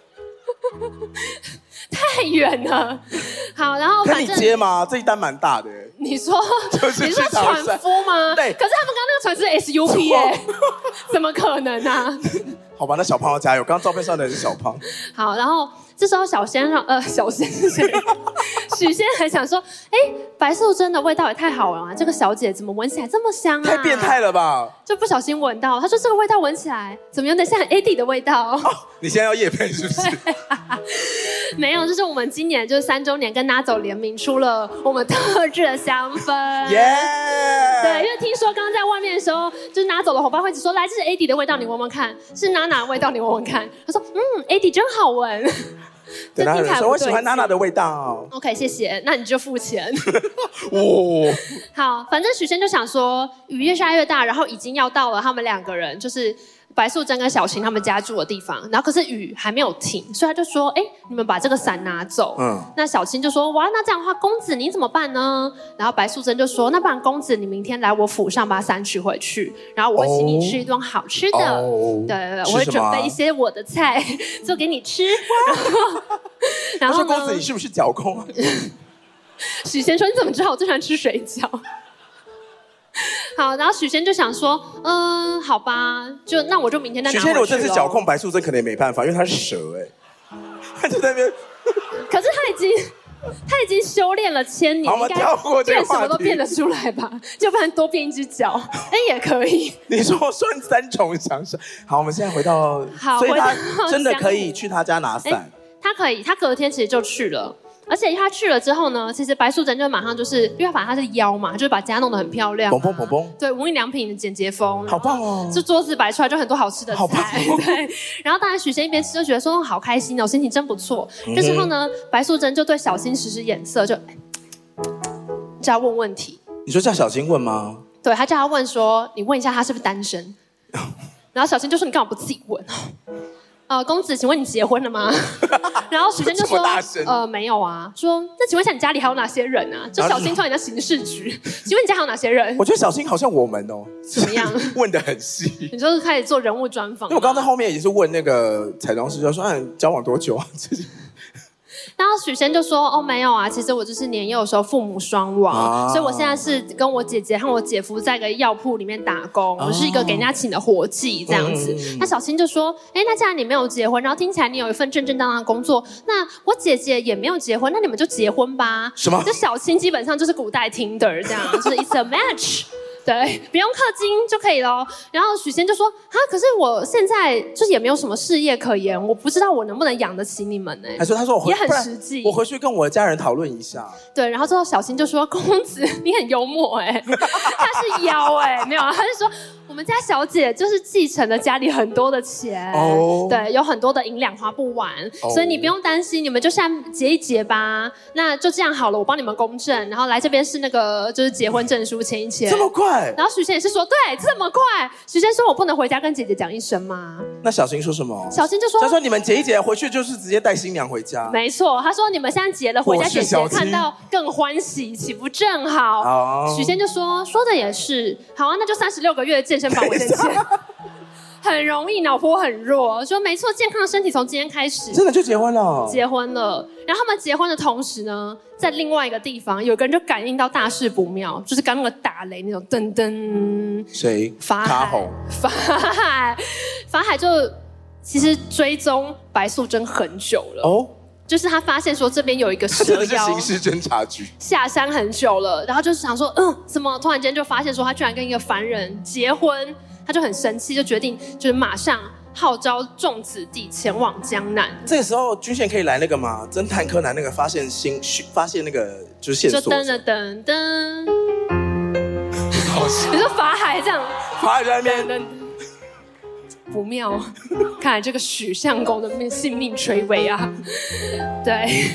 太远了。好，然后反正可以接吗？这一单蛮大的。 你说， 就是你说船夫吗？ 对。 可是他们刚刚那个船是 S U P 耶，怎么可能啊？ 好吧，那小胖要加油。刚刚照片上的是小胖。 好，然后这时候小仙让呃小仙是谁？许仙还想说，哎，白素贞的味道也太好了啊！这个小姐怎么闻起来这么香啊？ 太变态了吧！ 就不小心闻到，他说这个味道闻起来怎么有点像 A D 的味道？ 哦、你现在要业配是不是？ 没有，就是我们今年就是三周年跟拿走联名出了我们特制的香氛。 耶！ Yeah! 对，因为听说刚刚在外面的时候，就是拿走的伙伴会一直说，来，这是 A D 的味道，你闻闻看，是娜娜的味道，你闻闻看。他说，嗯 ，A D 真好闻。 对，他说我喜欢娜娜的味道。 OK， 谢谢，那你就付钱。 哦， 好，反正许仙就想说，雨越下越大，然后已经要到了他们两个人，就是白素贞跟小琴他们家住的地方，然后可是雨还没有停，所以他就说，哎，你们把这个伞拿走。嗯，那小琴就说，哇，那这样的话，公子你怎么办呢？然后白素贞就说，那不然公子你明天来我府上把伞取回去，然后我会请你吃一顿好吃的。哦、对对对，我会准备一些我的菜做给你吃。然后，然后公子你是不是脚控啊？ 许仙说，你怎么知道我最喜欢吃水饺？好，然后许仙就想说，嗯、呃，好吧，就那我就明天再拿回去。 许仙如果这次脚控白素贞，可能也没办法，因为他是蛇哎、欸，他就在那边。 可是他已经他已经修炼了千年，应该变什么都变得出来吧？就不然多变一只脚，哎也可以。 你说算三重享受。好，我们现在回到， 好， 所以他真的可以去他家拿伞。 他可以，他隔天其实就去了。而且他去了之后呢，其实白素贞就马上就是，因为他反正他是妖嘛，就是把家弄得很漂亮、啊， 砰砰砰砰， 对，无印良品的简洁风， 好棒哦！ 就桌子摆出来就很多好吃的菜， 好棒哦、 对。然后当然许仙一边吃就觉得说好开心哦，心情真不错。嗯、这时候呢，白素贞就对小青使使眼色，就就要问问题。 你说叫小青问吗？ 对，他叫他问说，你问一下他是不是单身。然后小青就说你干嘛不自己问？呃，公子，请问你结婚了吗？然后许仙就说，呃，没有啊。说，那请问一下你家里还有哪些人啊？就小青突然间刑事局，请问你家还有哪些人？ 我觉得小青好像我们哦。 怎么样？ 问得很细。 你就是开始做人物专访。 因为我刚刚在后面也是问那个彩妆师，就说，嗯、啊，交往多久啊？ 然后许仙就说：“哦，没有啊，其实我就是年幼的时候父母双亡，啊、所以我现在是跟我姐姐和我姐夫在一个药铺里面打工，我、啊、是一个给人家請的活妓这样子。嗯”那小青就說：“哎，那既然你沒有結婚，然後聽起來你有一份正正當當的工作，那我姐姐也沒有結婚，那你們就結婚吧。” 什麼？ 就小青基本上就是古代 Tinder 這樣，就是 it's a match。对，不用氪金就可以咯。然后许仙就说：“啊，可是我现在就是也没有什么事业可言，我不知道我能不能养得起你们呢。” 他说：“他说我回也很实际， 我回去跟我的家人讨论一下。” 对，然后之后小青就说：“公子，你很幽默哎、欸，他是妖哎、欸，没有，他就说我们家小姐就是继承了家里很多的钱，哦，对，有很多的银两花不完，哦，所以你不用担心，你们就现在结一结吧。那就这样好了，我帮你们公证，然后来这边是那个就是结婚证书签一签。 这么快？ 然后许仙也是说，对，这么快。许仙说我不能回家跟姐姐讲一声吗？ 那小新说什么？ 小新就说， 他说你们结一结回去就是直接带新娘回家。 没错，他说你们现在结了回家，姐姐看到更欢喜，岂不正好？哦，许仙就说说的也是，好啊，那就三十六个月的健身房我先签。很容易，脑波很弱。说没错，健康的身体从今天开始， 真的就结婚了。 结婚了，然后他们结婚的同时呢，在另外一个地方，有个人就感应到大事不妙，就是刚那个打雷那种噔噔。 谁？ 法海。法海，法海就其实追踪白素贞很久了。哦。就是他发现说这边有一个蛇妖， 这是刑事侦查局下山很久了，然后就是想说，嗯，怎么突然间就发现说他居然跟一个凡人结婚，他就很生气，就决定就是马上号召众子弟前往江南。 这个时候军宪可以来那个吗？侦探柯南那个发现新发现那个就是线索， 就噔噔噔噔，你说法海这样， 法海在那边。 不妙，看来这个许相公的性命垂危啊！对，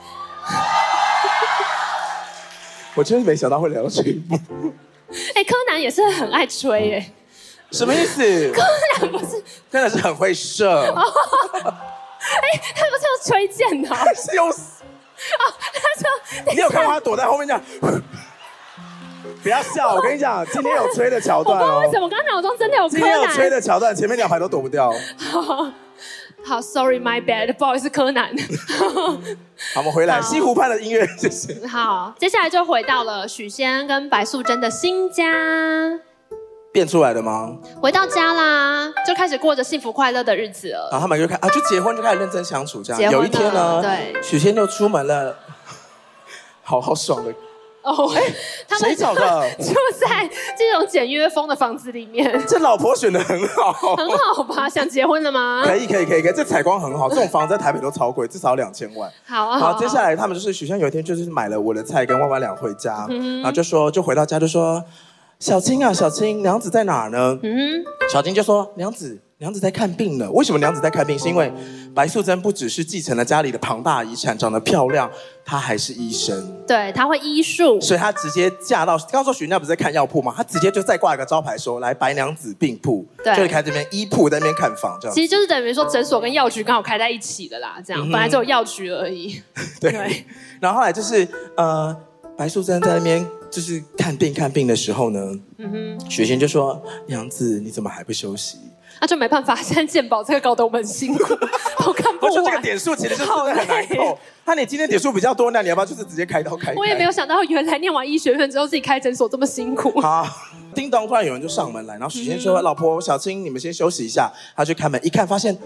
我真的没想到会聊到这一步。 哎、欸，柯南也是很爱吹哎， 什么意思？ 柯南不是， 柯南是很会射。哎、 哦欸，他不是用吹箭的、哦， 是用哦， 他说， 你有看到他躲在后面这样？不要笑，我跟你讲，今天有吹的桥段哦。 我不知道为什么，我刚刚脑中真的有柯南。 今天有吹的桥段，前面两排都躲不掉。 好，好 ，sorry my bad， 不好意思，柯南。 好，我们回来西湖畔的音乐，谢谢。 好，接下来就回到了许仙跟白素贞的新家。 变出来的吗？ 回到家啦，就开始过着幸福快乐的日子了。 然后他们就开啊，就结婚就开始认真相处，这样。有一天呢， 对， 许仙就出门了，好好爽的。 哦，哎，他们谁找的？ 就在这种简约风的房子里面。 这老婆选的很好， 很好吧？想结婚了吗？ 可以，可以，可以，可以。这采光很好，这种房子在台北都超贵，至少两千万。 好啊， 好。接下来他们就是许仙有一天就是买了我的菜跟万万两回家，嗯、然后就说就回到家就说小青啊，小青，娘子在哪儿呢？嗯，小青就说娘子。娘子在看病呢，为什么娘子在看病？是因为白素贞不只是继承了家里的庞大遗产，长得漂亮，她还是医生。 对，她会医术， 所以她直接嫁到。刚刚说许娘不是在看药铺吗？她直接就再挂一个招牌说：“来，白娘子病铺。”对，就开这边医铺在那边看房，这样。 其实就是等于说诊所跟药局刚好开在一起的啦，这样、嗯、本来只有药局而已。 对。对然后后来就是呃，白素贞在那边就是看病看病的时候呢，嗯哼，许仙就说：“娘子，你怎么还不休息？” 那、啊、就没办法，现在健保这个搞得我们很辛苦，都看不完。 我说这个点数其实就真的很难扣。那你今天点数比较多，那你要不要就是直接开刀开？ 我也没有想到，原来念完医学院之后自己开诊所这么辛苦。 好，叮咚，突然有人就上门来，然后许仙说：“嗯、老婆，小青，你们先休息一下。”他去开门，一看发现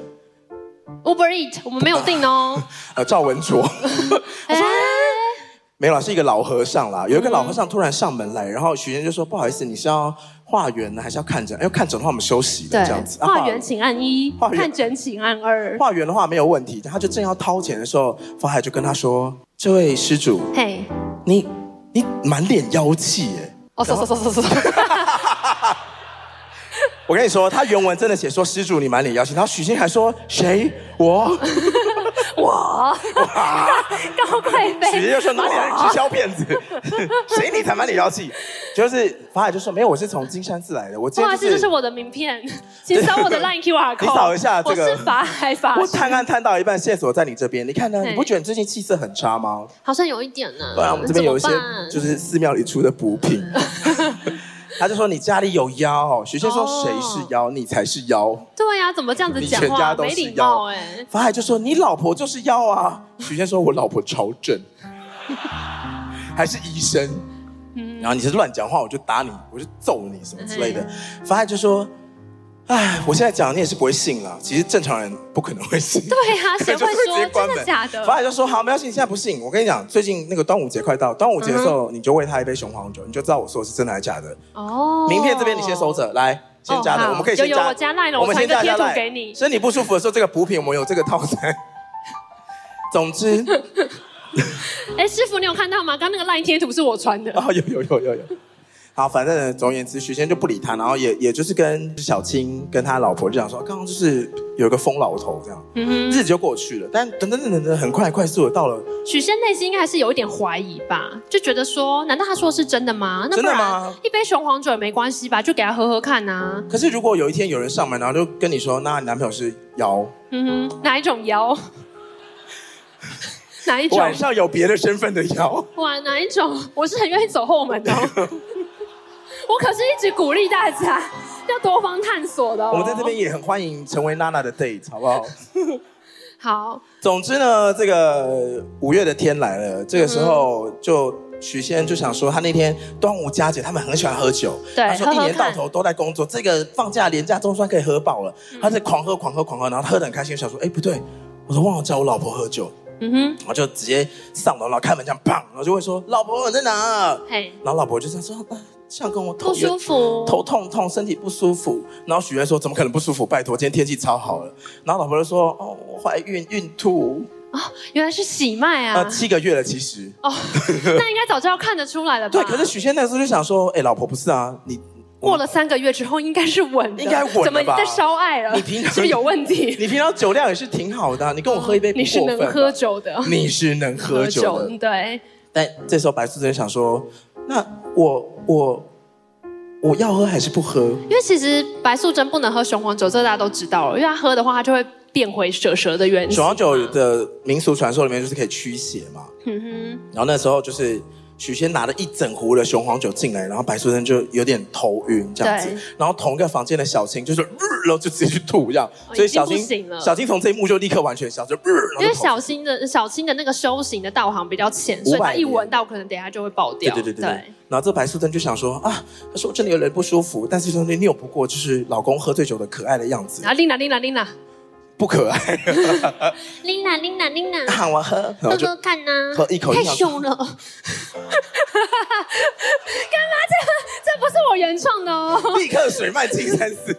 Uber Eat 我们没有订哦。 呃，赵文卓。他说。没有啦，是一个老和尚啦。有一个老和尚突然上门来，然后许仙就说：“不好意思，你是要化缘呢，还是要看诊？要看诊的话，我们休息了这样子。 化缘请按一，看诊请按二。 化缘的话没有问题。”他就正要掏钱的时候，法海就跟他说：“这位施主，嘿，你你满脸妖气耶！” 哦，走走走走走。 我跟你说，他原文真的写说：“施主，你满脸妖气。”然后许仙还说：“谁？我。” 我高贵妃， 许仙就说哪里来直销骗子？谁你才满脸妖气？就是法海就说没有，我是从金山寺来的。我今天、就是、 不好意思，这是我的名片，请扫我的 Line Q R code。 你扫一下这个。 我是法海法师。 我探案探到一半，线索在你这边。你看呢？你不觉得你最近气色很差吗？ 好像有一点呢。 对啊，我们这边有一些就是寺庙里出的补品。他就说你家里有妖，许仙说谁是妖？你才是妖。 对呀、啊，怎么这样子讲话？ 你全家都是妖。 没礼貌哎、欸。 法海就说你老婆就是妖啊。许仙说我老婆超正，还是医生。嗯、然后你是乱讲话，我就打你，我就揍你什么之类的。法海就说。哎，我现在讲你也是不会信啦。其实正常人不可能会信。 对啊，谁会说真的假的？ 法海就说好，没关系，你现在不信。我跟你讲，最近那个端午节快到，端午节的时候，嗯、你就喂他一杯雄黄酒，你就知道我说的是真的还是假的。哦。名片这边你先收着，来，先加的，哦、我们可以先加。 有有我加赖了，我传个贴图给你。 身体不舒服的时候，这个补品我们有这个套餐。总之， 哎，师傅，你有看到吗？刚那个赖贴图是我传的。 啊、哦，有有有有有。 好，反正呢，总而言之，许仙就不理他，然后也也就是跟小青跟他老婆就讲说，刚刚就是有一个疯老头这样，嗯哼，日子就过去了。但等等等等等，很快快速的到了。 许仙内心应该还是有一点怀疑吧，就觉得说，难道他说的是真的吗？那不然真的吗？一杯雄黄酒也没关系吧，就给他喝喝看啊。 可是如果有一天有人上门，然后就跟你说，那你男朋友是妖，嗯哼，哪一种妖？哪一种？ 晚上有别的身份的妖。 哇，哪一种？我是很愿意走后门的、哦。我可是一直鼓励大家要多方探索的、哦。 我们在这边也很欢迎成为娜娜的 date， 好不好？ 好。 总之呢，这个五月的天来了，这个时候就许仙就想说，他那天端午佳节，他们很喜欢喝酒。 对， 他说一年到头都在工作，这个放假连假总算可以喝饱了。嗯、他在狂喝狂喝狂喝，然后喝得很开心，想说，哎，不对，我都忘了叫我老婆喝酒。嗯哼，然后就直接上楼，然后开门这样砰，然后就会说：“老婆你在哪？”嘿，然后老婆就这样说：“啊，相公我头不舒服， 头痛痛，身体不舒服。”然后许愿说：“怎么可能不舒服？拜托，今天天气超好了。”然后老婆就说：“哦，我怀孕孕吐。” 哦，原来是喜脉啊！ 呃，七个月了，其实。 哦，那应该早就要看得出来了吧？ 对，可是许仙那时候就想说：“哎，老婆不是啊，你。” 过了三个月之后，应该是稳的， 应该稳了吧？ 怎么在烧爱了？ 你平常是不是有问题？ 你平常酒量也是挺好的、啊，你跟我喝一杯不过分、 哦、你是能喝酒的， 你是能喝酒的， 对。 但这时候白素贞想说：“那我我我要喝还是不喝？” 因为其实白素贞不能喝雄黄酒，这大家都知道了，因为她喝的话，她就会变回蛇蛇的原形。 雄黄酒的民俗传说里面就是可以驱邪嘛。嗯哼。然后那时候就是。许仙拿了一整壶的雄黄酒进来，然后白素贞就有点头晕这样子，然后同一个房间的小青就是，然后就直接去吐这样， 哦、 所以小青小青从这一幕就立刻完全消失， 因为小青的小青的那个修行的道行比较浅，所以他一闻到可能等一下就会爆掉。 对对对 对, 对。然后这白素贞就想说啊，她说真的有点不舒服，但是说你拗不过就是老公喝醉酒的可爱的样子。 啊，琳娜琳娜琳娜。 不可爱， 琳娜琳娜琳娜， 喊我喝， 喝喝看呐， 喝一口， 太凶了，干嘛？这这不是我原创的哦， 立刻水漫金山寺。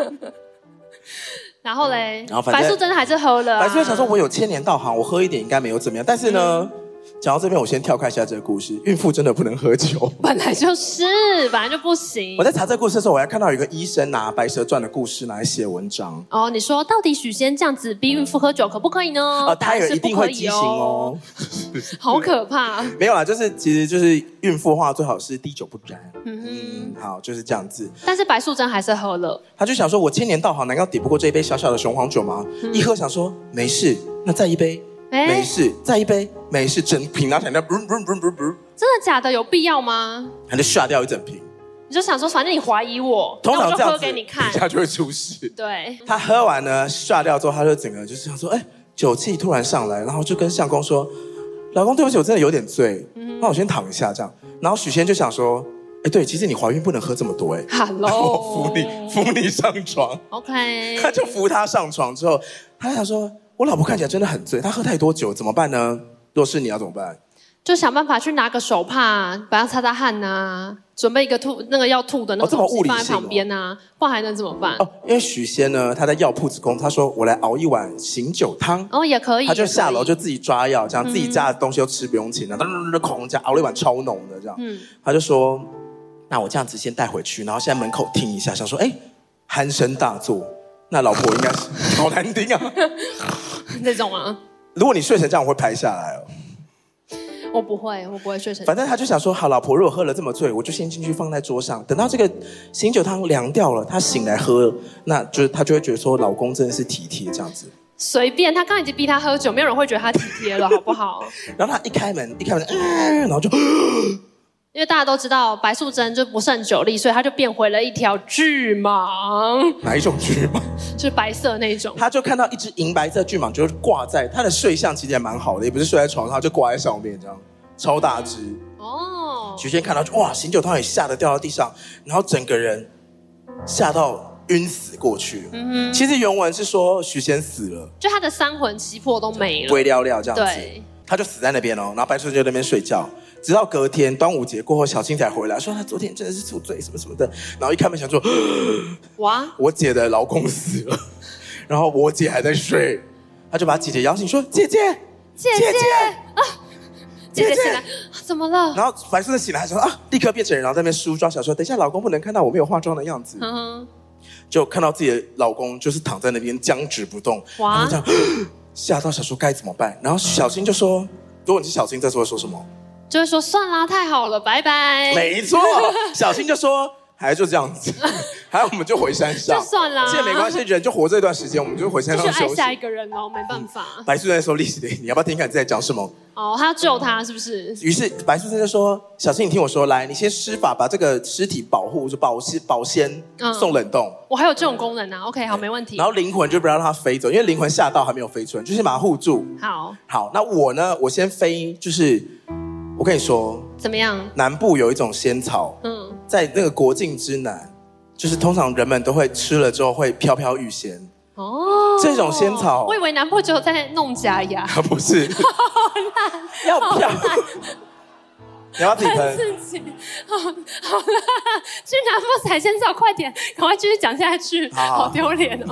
然后嘞，然后白素贞还是喝了、啊， 白素贞想说，我有千年道行，我喝一点应该没有怎么样，但是呢。嗯讲到这边，我先跳开一下这个故事。孕妇真的不能喝酒， 本来就是，本来就不行。 我在查这个故事的时候，我还看到有一个医生拿《白蛇传》的故事拿来写文章。 哦，你说到底许仙这样子逼孕妇喝酒可不可以呢？ 呃，胎儿一定会畸形哦， 好可怕。 没有啦，就是其实就是孕妇的话，最好是滴酒不沾。嗯哼，好，就是这样子。 但是白素贞还是喝了， 他就想说，我千年道行难道抵不过这一杯小小的雄黄酒吗？嗯、一喝想说没事，那再一杯。没事，再一杯，没事，整瓶拿起来，那不不不不不， 真的假的？有必要吗？ 他就刷掉一整瓶。 你就想说，反正你怀疑我， 通常这样子， 我就喝给你看， 一下就会出事。 对， 他喝完呢，刷掉之后，他就整个就是想说，哎，酒气突然上来，然后就跟相公说：“老公，对不起，我真的有点醉，那、嗯、我先躺一下这样。”然后许仙就想说：“哎，对，其实你怀孕不能喝这么多，哎 ，Hello， 我扶你扶你上床 ，OK， 他就扶他上床之后，他想说。我老婆看起来真的很醉，她喝太多酒怎么办呢？若是你要怎么办？ 就想办法去拿个手帕，把它擦擦汗呐、啊，准备一个吐那个要吐的那个东西放在旁边呐、啊，不然还能怎么办？ 哦，因为许仙呢，他在药铺子工，他说我来熬一碗醒酒汤， 哦也可以， 他就下楼就自己抓药，这样、嗯、自己家的东西都吃不用钱了，噔就口红加熬了一碗超浓的这样，嗯，他就说，那我这样子先带回去，然后现在门口听一下，想说，哎，鼾声大作。那老婆应该是好难听啊， 这种啊。 如果你睡成这样，我会拍下来哦。 我不会，我不会睡成。 反正他就想说，好，老婆如果喝了这么醉，我就先进去放在桌上，等到这个醒酒汤凉掉了，他醒来喝，那就是他就会觉得说，老公真的是体贴这样子。 随便，他刚刚已经逼他喝酒，没有人会觉得他体贴了，好不好？ 然后他一开门，一开门，呃、然后就。 因为大家都知道白素贞就不胜酒力，所以她就变回了一条巨蟒。 哪一种巨蟒？ 就是白色那种。 他就看到一只银白色巨蟒，就是挂在他的睡相，其实也蛮好的，也不是睡在床上，就挂在上面这样，超大只。哦。许仙看到就哇，醒酒汤也吓得掉到地上，然后整个人吓到晕死过去。嗯哼。其实原文是说许仙死了， 就他的三魂七魄都没了， 微寥寥这样子。 对。 他就死在那边哦，然后白素贞就在那边睡觉。直到隔天端午节过后，小青才回来，说她昨天真的是宿醉什么什么的。然后一开门想说，哇，我姐的老公死了，然后我姐还在睡，他就把姐姐摇醒，说姐姐， 姐姐啊， 姐姐醒来，怎么了？ 然后白素贞醒来说啊，立刻变成人，然后在那边梳妆，想说等一下老公不能看到我没有化妆的样子。嗯，就看到自己的老公就是躺在那边僵直不动，哇，然后这样吓到想说该怎么办。然后小新就说，如果你是小新，这时候会说什么？ 就会说算啦，太好了，拜拜。 没错，小新就说。还就这样子，还有我们就回山上， 就算啦， 现在没关系，人就活这段时间，我们就回山上休息。 就爱下一个人喽，没办法。 嗯、白素贞说：“历史的，你要不要听看你在讲什么？” 哦，他要救他是不是？ 于是白素贞就说：“小新，你听我说，来，你先施法把这个尸体保护，就保鲜保鲜，嗯、送冷冻。 我还有这种功能啊 ，OK， 好，没问题。 然后灵魂就不让它飞走，因为灵魂吓到还没有飞出来，就先把它护住。 好， 好，那我呢？我先飞，就是我跟你说， 怎么样？ 南部有一种仙草，嗯，在那个国境之南。”就是通常人们都会吃了之后会飘飘欲仙哦，这种仙草， 我以为南部只有在弄假牙， 不是，要飘，你要自己喷， 自己，好，好啦，去南部采仙草，快点，赶快继续讲下去，好, 好丢脸哦。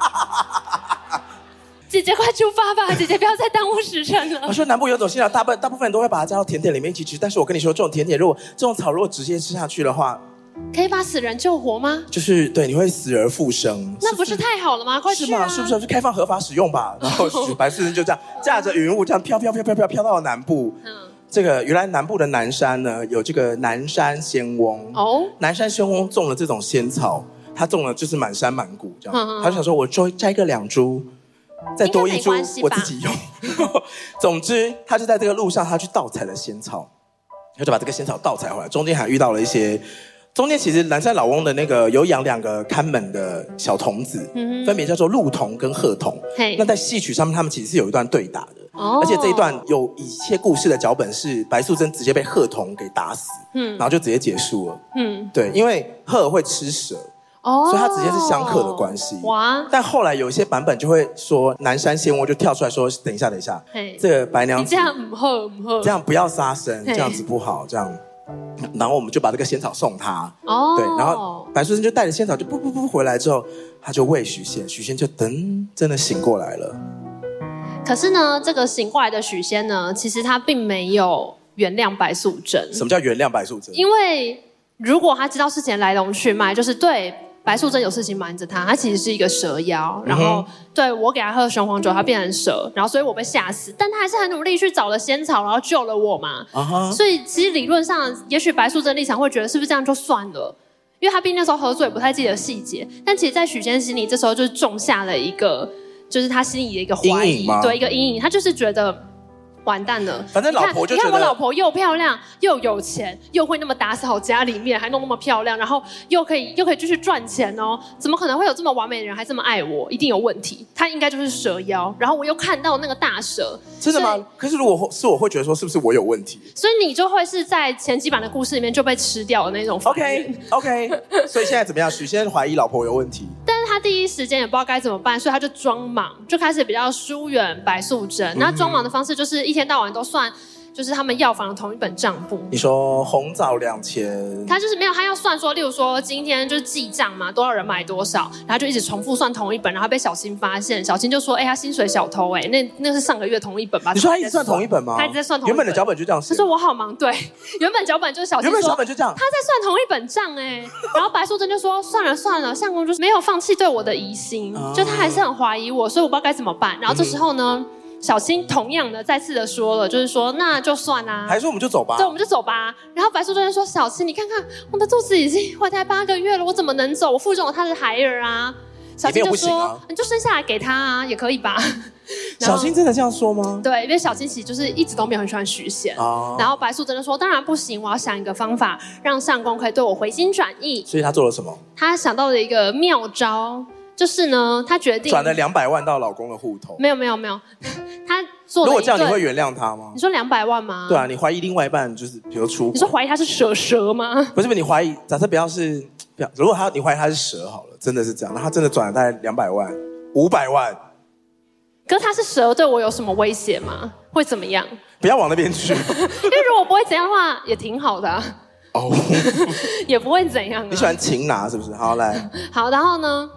姐姐快出发吧，姐姐不要再耽误时辰了。 我说南部有种仙草，大部大部分人都会把它加到甜点里面一起吃，但是我跟你说，这种甜点如果这种草如果直接吃下去的话。 可以把死人救活吗？ 就是对，你会死而复生， 那不是太好了吗？快去啊！ 是吗？是不是？就开放合法使用吧。然后白素贞就这样驾着云雾，这样飘飘飘飘飘飘到了南部。嗯，这个原来南部的南山呢，有这个南山仙翁。哦，南山仙翁种了这种仙草，他种了就是满山满谷这样。嗯、他就想说，我摘摘个两株，再多一株我自己用。总之，他就在这个路上，他去盗采了仙草，他就把这个仙草盗采回来，中间还遇到了一些。中间其实南山老翁的那个有养两个看门的小童子，嗯、分别叫做鹿童跟鹤童。那在戏曲上面，他们其实是有一段对打的，哦、而且这一段有一些故事的脚本是白素贞直接被鹤童给打死，嗯、然后就直接结束了。嗯，对，因为鹤会吃蛇，哦、所以它直接是相克的关系。哇！但后来有一些版本就会说，南山仙翁就跳出来说：“等一下，等一下，这个白娘子， 你这样不好不好， 这样不要杀生，这样子不好，这样。”然后我们就把这个仙草送他，哦，对，然后白素贞就带着仙草就不不不回来之后，他就喂许仙，许仙就噔真的醒过来了。 可是呢，这个醒过来的许仙呢，其实他并没有原谅白素贞。 什么叫原谅白素贞？ 因为如果他知道事情的来龙去脉，就是对白素贞有事情瞒着他，他其实是一个蛇妖，然后、嗯、对我给他喝雄黄酒，他变成蛇，然后所以我被吓死，但他还是很努力去找了仙草，然后救了我嘛。Uh-huh. 所以其实理论上，也许白素贞立场会觉得是不是这样就算了，因为他毕竟那时候喝醉，不太记得细节。但其实，在许仙心里，这时候就种下了一个，就是他心里的一个怀疑，对，一个阴影，他就是觉得。完蛋了！ 反正老婆就觉得， 你看我老婆又漂亮又有钱，又会那么打扫家里面，还弄那么漂亮，然后又可以又可以继续赚钱哦，怎么可能会有这么完美的人还这么爱我？一定有问题，他应该就是蛇妖。然后我又看到那个大蛇， 真的吗？可是如果是我会觉得说，是不是我有问题？ 所以你就会是在前几版的故事里面就被吃掉的那种。 OK OK， 所以现在怎么样？许仙怀疑老婆有问题， 但是他第一时间也不知道该怎么办，所以他就装忙，就开始比较疏远白素贞。那、嗯、装忙的方式就是一天到晚都算，就是他们药房的同一本账簿。 你说红枣两千， 他就是没有，他要算说，例如说今天就是记账嘛，多少人买多少，然后就一直重复算同一本，然后被小新发现，小新就说：“哎、欸，他薪水小偷哎、欸，那那是上个月同一本吧？” 你说他一直算同一本吗？ 他一直在算同一本。 原本的脚本就这样写。 他说我好忙，对，原本脚本就是小新说， 原本脚本就这样， 他在算同一本账哎、欸，然后白素贞就说：“算了算了，相公就是没有放弃对我的疑心，哦、就他还是很怀疑我，所以我不知道该怎么办。”然后这时候呢。嗯小新同样的再次的说了，就是说那就算啊， 还是我们就走吧。 对，我们就走吧。然后白素贞说：“小新，你看看我的肚子已经怀胎八个月了，我怎么能走？我腹中有他的孩儿啊。”小新就说：“啊、你就生下来给他啊，也可以吧。” 小新真的这样说吗？ 对，因为小新其实就是一直都没有很喜欢许仙。哦、然后白素贞就说：“当然不行，我要想一个方法，让相公可以对我回心转意。” 所以他做了什么？ 他想到了一个妙招。就是呢，他决定转了两百万到老公的户头。 没有没有没有，他做了。 如果这样，你会原谅他吗？ 你说两百万吗？ 对啊，你怀疑另外一半就是比如出。 你说怀疑他是蛇蛇吗？ 不是不是，你怀疑，假设不要是不要，如果他你怀疑他是蛇好了，真的是这样，那他真的转了大概两百万、五百万。 可是他是蛇，对我有什么威胁吗？会怎么样？ 不要往那边去。因为如果不会怎样的话，也挺好的、啊。哦，也不会怎样、啊。 你喜欢擒拿是不是？好来。 好，然后呢？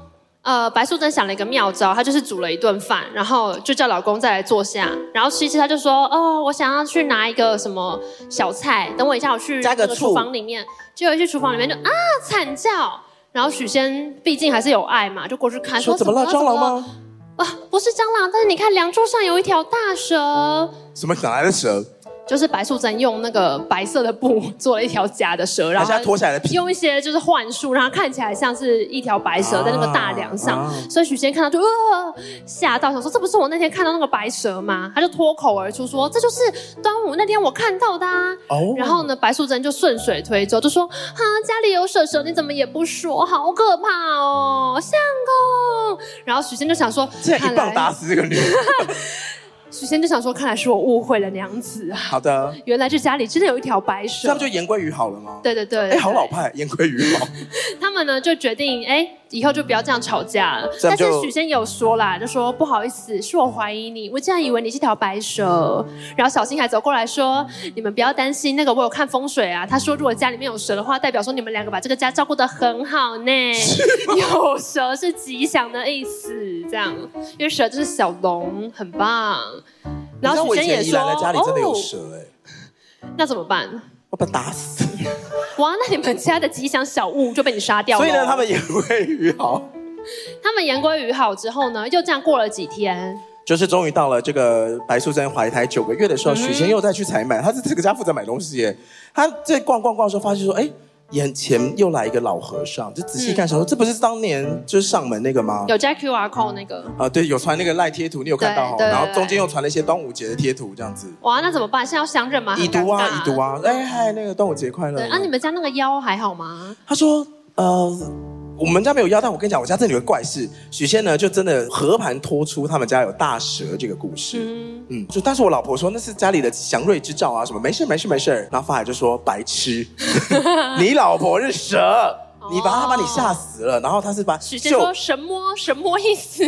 呃，白素贞想了一个妙招，她就是煮了一顿饭，然后就叫老公再来坐下，然后吃一吃，她就说：“哦，我想要去拿一个什么小菜，等我一下，我去那个厨房里面。”结果一去厨房里面就啊惨叫，然后许仙毕竟还是有爱嘛，就过去看说：“怎么了？蟑螂吗？” 啊，不是蟑螂，但是你看梁柱上有一条大蛇。 什么哪来的蛇？ 就是白素贞用那个白色的布做了一条假的蛇，然后她脱下来的皮， 用一些就是幻术，让它看起来像是一条白蛇在那个大梁上。啊啊、所以许仙看到就呃吓到，想说这不是我那天看到那个白蛇吗？他就脱口而出说这就是端午那天我看到的啊。哦、然后呢，白素贞就顺水推舟，就说啊家里有蛇蛇，你怎么也不说，好可怕哦，相公。然后许仙就想说， 这一棒打死这个女人。 许仙就想说，看来是我误会了娘子啊。 好的， 原来这家里真的有一条白蛇。 他们就言归于好了吗？ 对对对， 哎，好老派，言归于好。 他们呢就决定，哎，以后就不要这样吵架了。但是许仙有说啦，就说不好意思，是我怀疑你，我竟然以为你是条白蛇。然后小新还走过来说，你们不要担心，那个我有看风水啊，他说如果家里面有蛇的话，代表说你们两个把这个家照顾得很好呢。有蛇是吉祥的意思，这样，因为蛇就是小龙，很棒。然后许仙也说：“ 家里真的有蛇哎、 欸，那怎么办？ 我把他打死。 哇，那你们家的吉祥小物就被你杀掉了。 所以呢，他们言归于好。 他们言归于好之后呢，又这样过了几天， 就是终于到了这个白素贞怀胎九个月的时候，嗯、许仙又再去采买，他是这个家负责买东西耶。他在逛逛逛的时候，发现说，哎。眼前又来一个老和尚，就仔细看说、嗯，这不是当年就是上门那个吗？ 有加 Q R code 那个啊，对，有传那个赖贴图，你有看到？然后中间又传了一些端午节的贴图，这样子。 哇，那怎么办？现在要相认吗？ 已读啊，已读啊！哎嗨，那个端午节快乐！ 对，啊，你们家那个妖还好吗？ 他说，呃。我们家没有妖，但我跟你讲，我家这里有个怪事。许仙呢，就真的和盘托出他们家有大蛇这个故事。嗯嗯，就但是我老婆说那是家里的祥瑞之兆啊，什么没事没事没事。然后法海就说白痴，你老婆是蛇，你把他把你吓死了。然后他是把许仙说什么什么意思？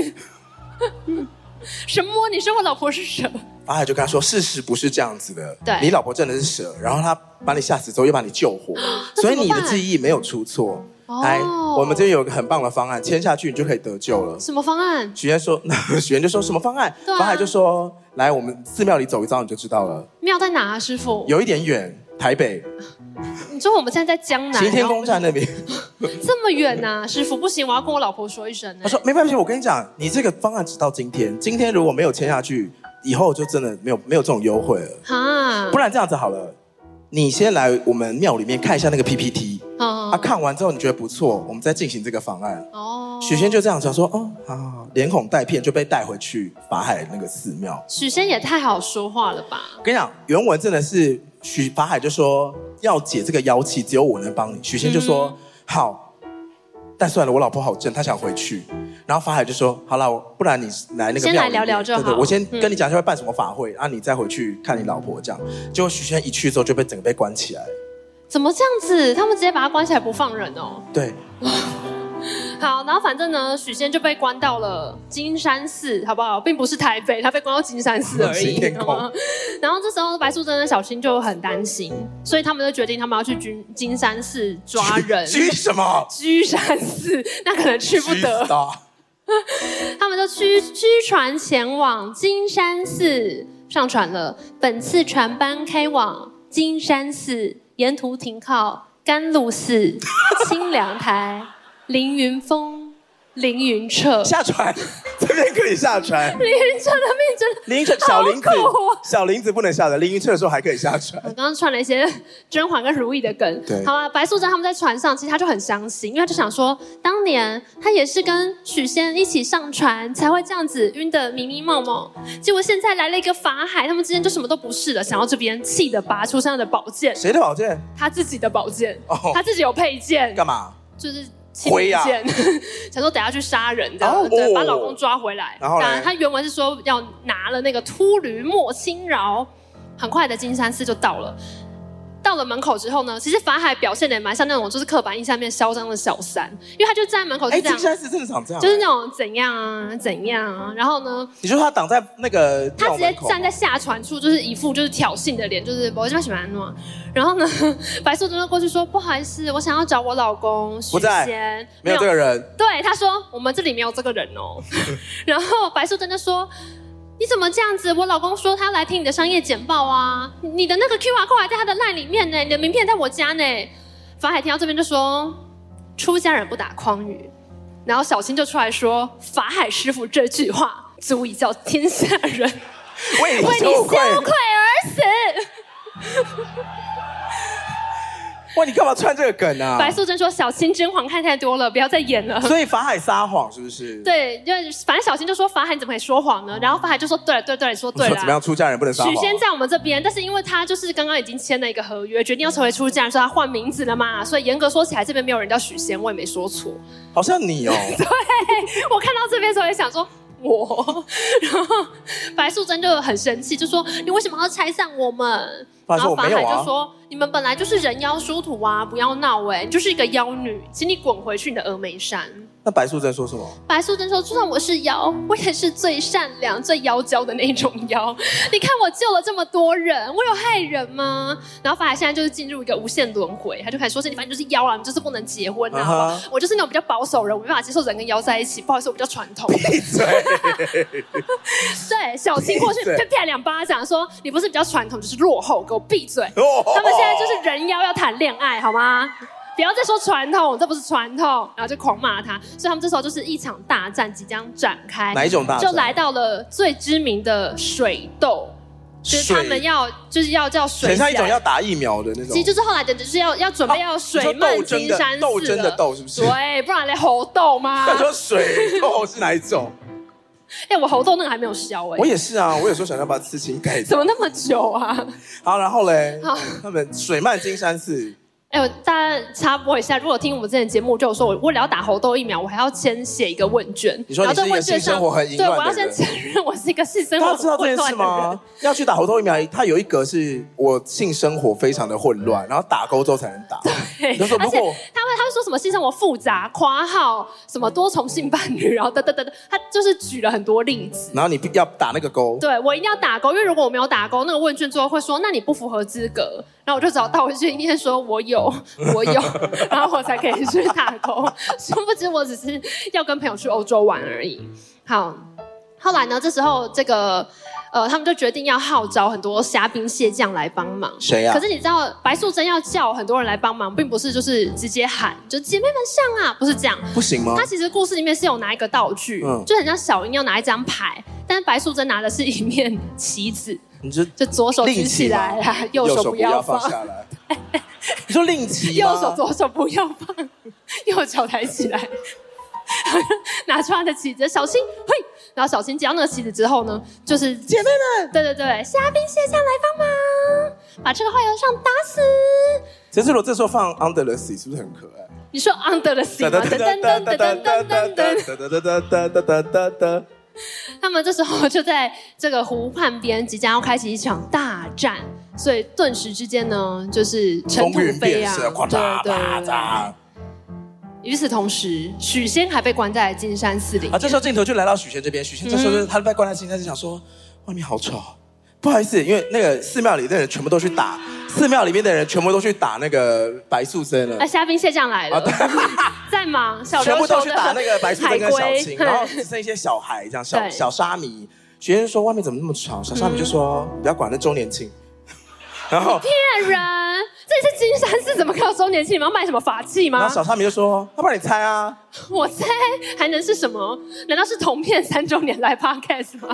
什么？你说我老婆是蛇？ 法海就跟他说事实不是这样子的， 对， 你老婆真的是蛇，然后他把你吓死之后又把你救活，所以你的记忆没有出错。来，我们这边有个很棒的方案，签下去你就可以得救了。 什么方案？ 许愿说，许愿就说什么方案？ 对啊、 法海就说，来，我们寺庙里走一遭，你就知道了。 庙在哪啊，师父？ 有一点远，台北。 你说我们现在在江南， 行天宫站那边。 这么远呐、啊，师父不行，我要跟我老婆说一声、欸。 他说没关系，我跟你讲，你这个方案只到今天，今天如果没有签下去，以后就真的没有没有这种优惠了。哈，不然这样子好了。你先来我们庙里面看一下那个 P P T， 哦、啊，看完之后你觉得不错，我们再进行这个方案。哦，许仙就这样讲说，哦，好好好，连哄带骗就被带回去法海那个寺庙。 许仙也太好说话了吧？ 我跟你讲，原文真的是许法海就说要解这个妖气，只有我能帮你。许仙就说、嗯、好，但算了，我老婆好正，她想回去。然后法海就说：“好了，不然你来那个先来聊聊就好。 对对，我先跟你讲一下会办什么法会，然、嗯、后、啊、你再回去看你老婆这样。”结果许仙一去之后就被整个被关起来。 怎么这样子？他们直接把他关起来不放人哦？ 对。 好，然后反正呢，许仙就被关到了金山寺，好不好？并不是台北，他被关到金山寺而已。然后这时候白素贞跟小青就很担心，所以他们就决定他们要去金金山寺抓人。 居什么？ 居山寺，那可能去不得。他们就驱驱船前往金山寺，上船了。本次船班开往金山寺，沿途停靠甘露寺、清凉台、凌云峰、凌云彻。 下船，这边可以下船。 凌云彻的命真的， 凌云彻小林子，小林子不能下的。凌云彻的时候还可以下船。 我刚刚串了一些甄嬛跟如懿的梗。 对， 好啊，白素贞他们在船上，其实他就很伤心，因为他就想说，当年他也是跟许仙一起上船，才会这样子晕得迷迷蒙蒙。结果现在来了一个法海，他们之间就什么都不是了。想到这边，气得拔出身上的宝剑。 谁的宝剑？ 他自己的宝剑。哦，他自己有配件。 干嘛？ 就是。 回呀、啊， 想说等下去杀人，这样、oh, 对，把老公抓回来。 然后他原文是说要拿了那个秃驴莫轻饶。很快的金山寺就到了， 到了门口之后呢，其实法海表现的也蛮像那种就是刻板印象面嚣张的小三，因为他就站在门口就这样。 哎，金山寺真的长这样， 就是那种怎样啊怎样啊，然后呢， 你说他挡在那个， 他直接站在下船处，就是一副就是挑衅的脸，就是我这边喜欢诺。然后呢，白素贞就过去说：“不好意思，我想要找我老公许仙。” 没有这个人。 对，他说：“我们这里没有这个人哦。”然后白素贞就说：“你怎么这样子？我老公说他要来听你的商业简报啊，你的那个 Q R code 还在他的 LINE 里面呢，你的名片在我家呢。”法海听到这边就说：“出家人不打诳语。”然后小青就出来说：“法海师傅这句话足以叫天下人为你羞愧而死。” 哇，你干嘛串这个梗啊？ 白素贞说：“小青甄嬛看太多了，不要再演了。” 所以法海撒谎是不是？ 对，因为反正小青就说：“法海你怎么可以说谎呢？”然后法海就说：“对对对，说对了。” 怎么样？出家人不能撒谎。 许仙在我们这边，但是因为他就是刚刚已经签了一个合约，决定要成为出家人，所以他换名字了嘛。所以严格说起来，这边没有人叫许仙，我也没说错。 好像你哦。 对，我看到这边的时候也想说。我，然后白素贞就很生气，就说你为什么要拆散我们？然后法海就说你们本来就是人妖殊途啊，不要闹哎、欸，你就是一个妖女，请你滚回去你的峨眉山。 那白素贞说什么？ 白素贞说：“就算我是妖，我也是最善良、最妖娇的那种妖。你看我救了这么多人，我有害人吗？”然后法海现在就是进入一个无限轮回，他就开始说：“你反正就是妖啦，你就是不能结婚啊！ Uh-huh. 我就是那种比较保守人，我没办法接受人跟妖在一起。不好意思，我比较传统。” 闭嘴！ 对，小青过去啪啪两巴掌，说：“你不是比较传统，就是落后，给我闭嘴！”他们现在就是人妖要谈恋爱，好吗？不要再说传统，这不是传统，然后就狂骂他。所以他们这时候就是一场大战即将展开。 哪一种大战？ 就来到了最知名的水斗，就是他们要就是要叫水， 很像一种要打疫苗的那种。 其实就是后来的，就是要要准备要水漫金山寺斗争的斗是不是？ 对，不然来猴斗吗？ 他说水斗是哪一种？ 哎、欸，我猴斗那个还没有消哎、欸。 我也是啊，我有时候想要把刺青盖。 怎么那么久啊？ 好，然后嘞，他们水漫金山寺。 哎、欸，大家插播一下，如果听我们之前节目，就有说我为了要打猴痘疫苗，我还要先写一个问卷。 你说你是一个性生活很淫乱的人， 对，我要先承认我是一个性生活很混乱的人。大家知道这件事吗？ 要去打猴痘疫苗，它有一格是我性生活非常的混乱，然后打勾之后才能打。 对，而且他会他会说什么性生活复杂、括号什么多重性伴侣，然后等等等等，他就是举了很多例子。 然后你要打那个勾， 对我一定要打勾，因为如果我没有打勾，那个问卷最后会说，那你不符合资格。然后我就找到回去，一天说我有，我有，然后我才可以去打勾。殊不知我只是要跟朋友去欧洲玩而已。好，后来呢，这时候这个呃，他们就决定要号召很多虾兵蟹将来帮忙。 谁啊？ 可是你知道，白素贞要叫很多人来帮忙，并不是就是直接喊，就姐妹们上啊，不是这样。 不行吗？ 他其实故事里面是有拿一个道具，嗯、就很像小樱要拿一张牌，但是白素贞拿的是一面旗子。 你就就左手举起来啦，右手不要放下来。你说令旗吗？右手左手不要放，右脚抬起来，拿出他的旗子，小青嘿，然后小青接到那个旗子之后呢，就是姐妹们， 对对对，虾兵蟹将来帮忙，把这个坏和尚打死。 其实如果这时候放 Under the Sea 是不是很可爱？ 你说 Under the Sea 吗？噔噔噔噔噔噔噔噔噔噔噔。他们这时候就在这个湖畔边，即将要开启一场大战，所以顿时之间呢，就是尘土飞扬，对对对。与此同时，许仙还被关在金山寺里。 啊，这时候镜头就来到许仙这边，许仙这时候他被关在金山寺，想说外面好吵，不好意思，因为那个寺庙里的人全部都去打。寺庙里面的人全部都去打那个白素贞了。 啊，虾兵蟹将来了，啊、在忙。小全部都去打那个白素贞跟小青，然后只剩一些小孩，这样小小沙弥。学生说外面怎么那么吵？小沙弥就说、嗯、不要管，那周年庆。然后骗人，这是金山寺，怎么可能周年庆？你们要卖什么法器吗？ 然后小沙弥就说：“要不然你猜啊？” 我猜还能是什么？难道是同片三周年来 podcast 吗？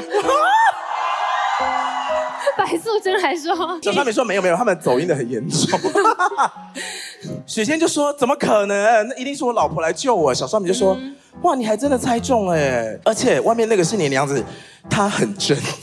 白素贞还说， 小沙弥说没有没有，他们走音的很严重。许仙就说怎么可能？那一定是我老婆来救我。小沙弥就说、嗯、哇，你还真的猜中了耶！而且外面那个是你娘子，她很真。 夸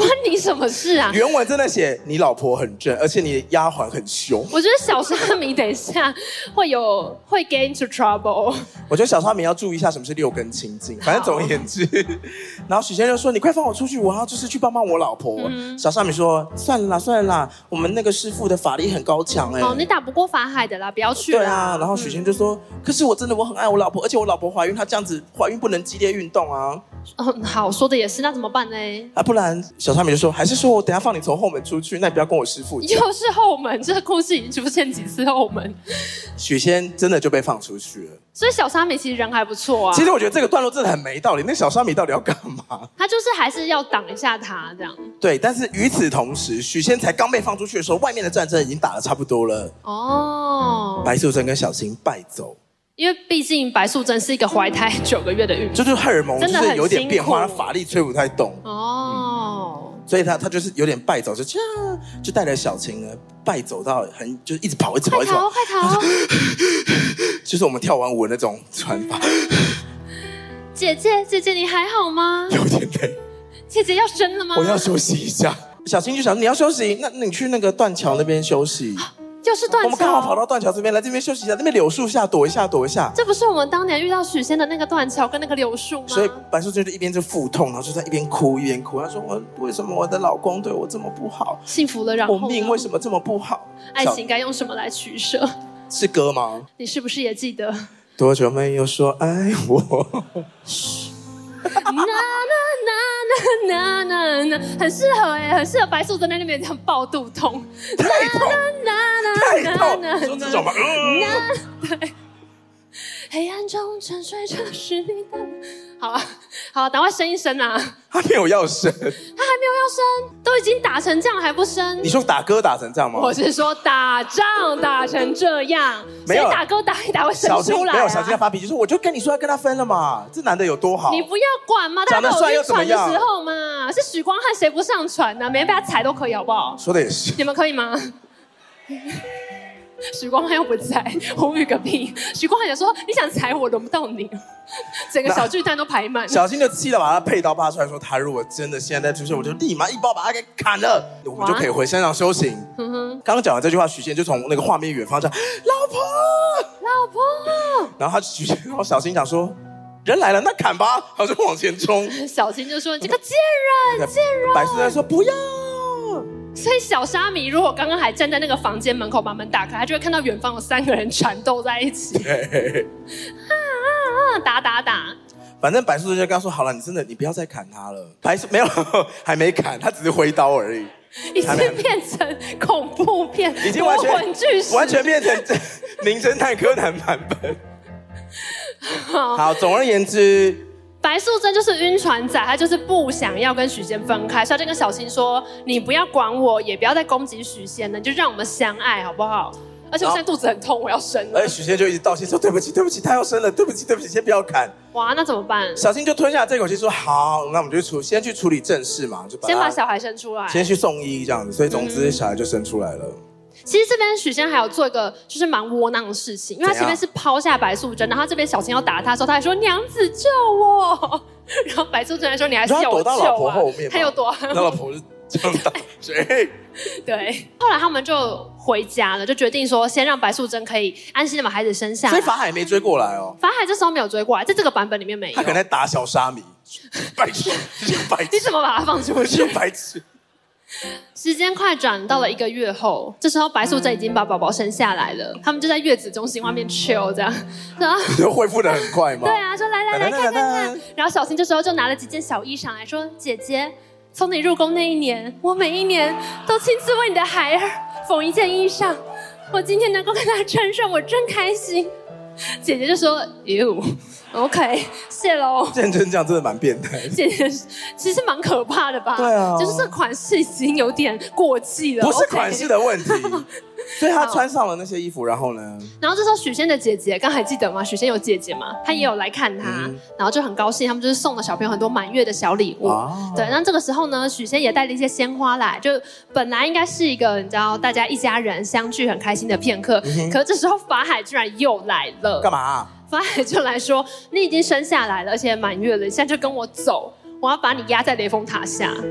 关你什么事啊？ 原文真的写你老婆很正，而且你的丫鬟很凶。 我觉得小沙弥等一下会有会 get into trouble。 我觉得小沙弥要注意一下什么是六根清净。反正总而言之，然后许仙就说：“你快放我出去，我要就是去帮帮我老婆。嗯”小沙弥说：“算了啦，算了啦，我们那个师父的法力很高强哎、欸。” 哦，你打不过法海的啦，不要去啦。 对啊，然后许仙就说：“嗯、可是我真的我很爱我老婆，而且我老婆怀孕，她这样子怀孕不能激烈运动啊。” 哦，好，说的也是，那怎么办呢？ 啊，不然小沙弥就说：“还是说我等一下放你从后门出去，那你不要跟我师父讲。” 又是后门，这个故事已经出现几次后门。 许仙真的就被放出去了。 所以小沙弥其实人还不错啊。 其实我觉得这个段落真的很没道理，那小沙弥到底要干嘛？ 他就是还是要挡一下他这样。 对，但是与此同时，许仙才刚被放出去的时候，外面的战争已经打得差不多了。哦。白素贞跟小青败走。 因为毕竟白素贞是一个怀胎九个月的孕妇， 就是荷尔蒙就是有点变化，法力吹不太动。哦。嗯，所以他他就是有点败走，就这样就带着小青呢败走到很就是一直跑一直跑一直跑， 快逃快逃！ 就是我们跳完舞的那种传法。 姐姐姐姐你还好吗？ 有点累。 姐姐要生了吗？ 我要休息一下。小青就想你要休息，那你去那个断桥那边休息。 就是断桥， 我们刚好跑到断桥这边来，这边休息一下，那边柳树下躲一下，躲一下。 这不是我们当年遇到许仙的那个断桥跟那个柳树吗？ 所以白素贞就一边就腹痛，然后就在一边哭一边哭。她说：“我为什么我的老公对我这么不好？ 幸福了，然后我命为什么这么不好？ 爱情该用什么来取舍？” 是歌吗？ 你是不是也记得？ 多久没有说爱我？ 那那那那那那，很适合哎，很适合白素贞在那边这样抱肚痛， 太痛，太痛，说这种吧， 对。黑暗中沉睡着是你的，好啊，好啊，赶快生一生啊！ 他没有要生，他还没有要生，都已经打成这样还不生？ 你说打歌打成这样吗？ 我是说打仗打成这样，没有打歌打一打会生出来、啊。 没有，小青要发脾气说，我就跟你说要跟他分了嘛，这男的有多好？ 你不要管嘛， 长得帅又怎么样？ 的时候嘛，是许光汉谁不上船呢、啊？每天被他踩都可以，好不好？ 说的也是， 你们可以吗？许光汉又不在，呼吁个屁！许光汉也说：“你想踩我，轮不到你。”整个小巨蛋都排满。 小青就气得把他配刀拔出来，说：“他如果真的现在出现，我就立马一刀把他给砍了，我们就可以回山上修行。”嗯哼。刚刚讲完这句话，许仙就从那个画面远方讲：“老婆， 老婆。” 然后他许仙，然后小青讲说：“人来了，那砍吧。”然后就往前冲。 小青就说：“你这个贱人，贱人！” 白素贞说：“不要。” 所以小沙弥如果刚刚还站在那个房间门口把门打开，他就会看到远方有三个人缠斗在一起，啊啊啊，打打打。 反正白素贞就跟他说：“好了，你真的你不要再砍他了。”白素没有，还没砍，他只是挥刀而已。 已经变成恐怖片， 已经完全夺魂巨石， 完全变成名侦探柯南版本。好，好，总而言之。 白素贞就是晕船仔，她就是不想要跟许仙分开，所以她就跟小青说：“你不要管我，也不要再攻击许仙了，你就让我们相爱，好不好？”而且我现在肚子很痛，我要生了。 而且许仙就一直道歉说：“对不起，对不起，他要生了，对不起，对不起，先不要砍。” 哇，那怎么办？ 小青就吞下这口气说：“好，那我们就处先去处理正事嘛，就把先把小孩生出来， 先去送医这样子。所以总之小孩就生出来了。嗯” 其实这边许仙还有做一个就是蛮窝囊的事情，因为他前面是抛下白素贞，然后这边小青要打他的时候，他还说：“娘子救我。”然后白素贞还说：“你还是要我救啊！” 他躲到老婆后面， 他有躲， 那老婆就这样打谁？ 对。后来他们就回家了，就决定说先让白素贞可以安心的把孩子生下来。 所以法海没追过来哦。 法海这时候没有追过来，在这个版本里面没有。 他可能在打小沙弥，白痴，白痴！ 你怎么把他放出去？ 白痴。 时间快转到了一个月后，这时候白素贞已经把宝宝生下来了，他们就在月子中心外面 chill 这样，然后就恢复得很快吗？ 对啊，说来来来看看看，然后小青这时候就拿了几件小衣裳来说：“姐姐，从你入宫那一年，我每一年都亲自为你的孩儿缝一件衣裳，我今天能够跟他穿上，我真开心。”姐姐就说：“哟。” OK， 谢喽。 认真这样真的蛮变态的， 其实蛮可怕的吧？ 对啊， 就是这款式已经有点过季了。 不是款式的问题，所以他穿上了那些衣服，然后呢？ 然后这时候许仙的姐姐，刚还记得吗？许仙有姐姐嘛？她也有来看他，嗯、然后就很高兴，他们就是送了小朋友很多满月的小礼物。哦、对，那这个时候呢，许仙也带了一些鲜花来，就本来应该是一个你知道大家一家人相聚很开心的片刻，嗯、可是这时候法海居然又来了， 干嘛、啊？ 法海就来说：“你已经生下来了，而且满月了，你现在就跟我走，我要把你压在雷峰塔下。”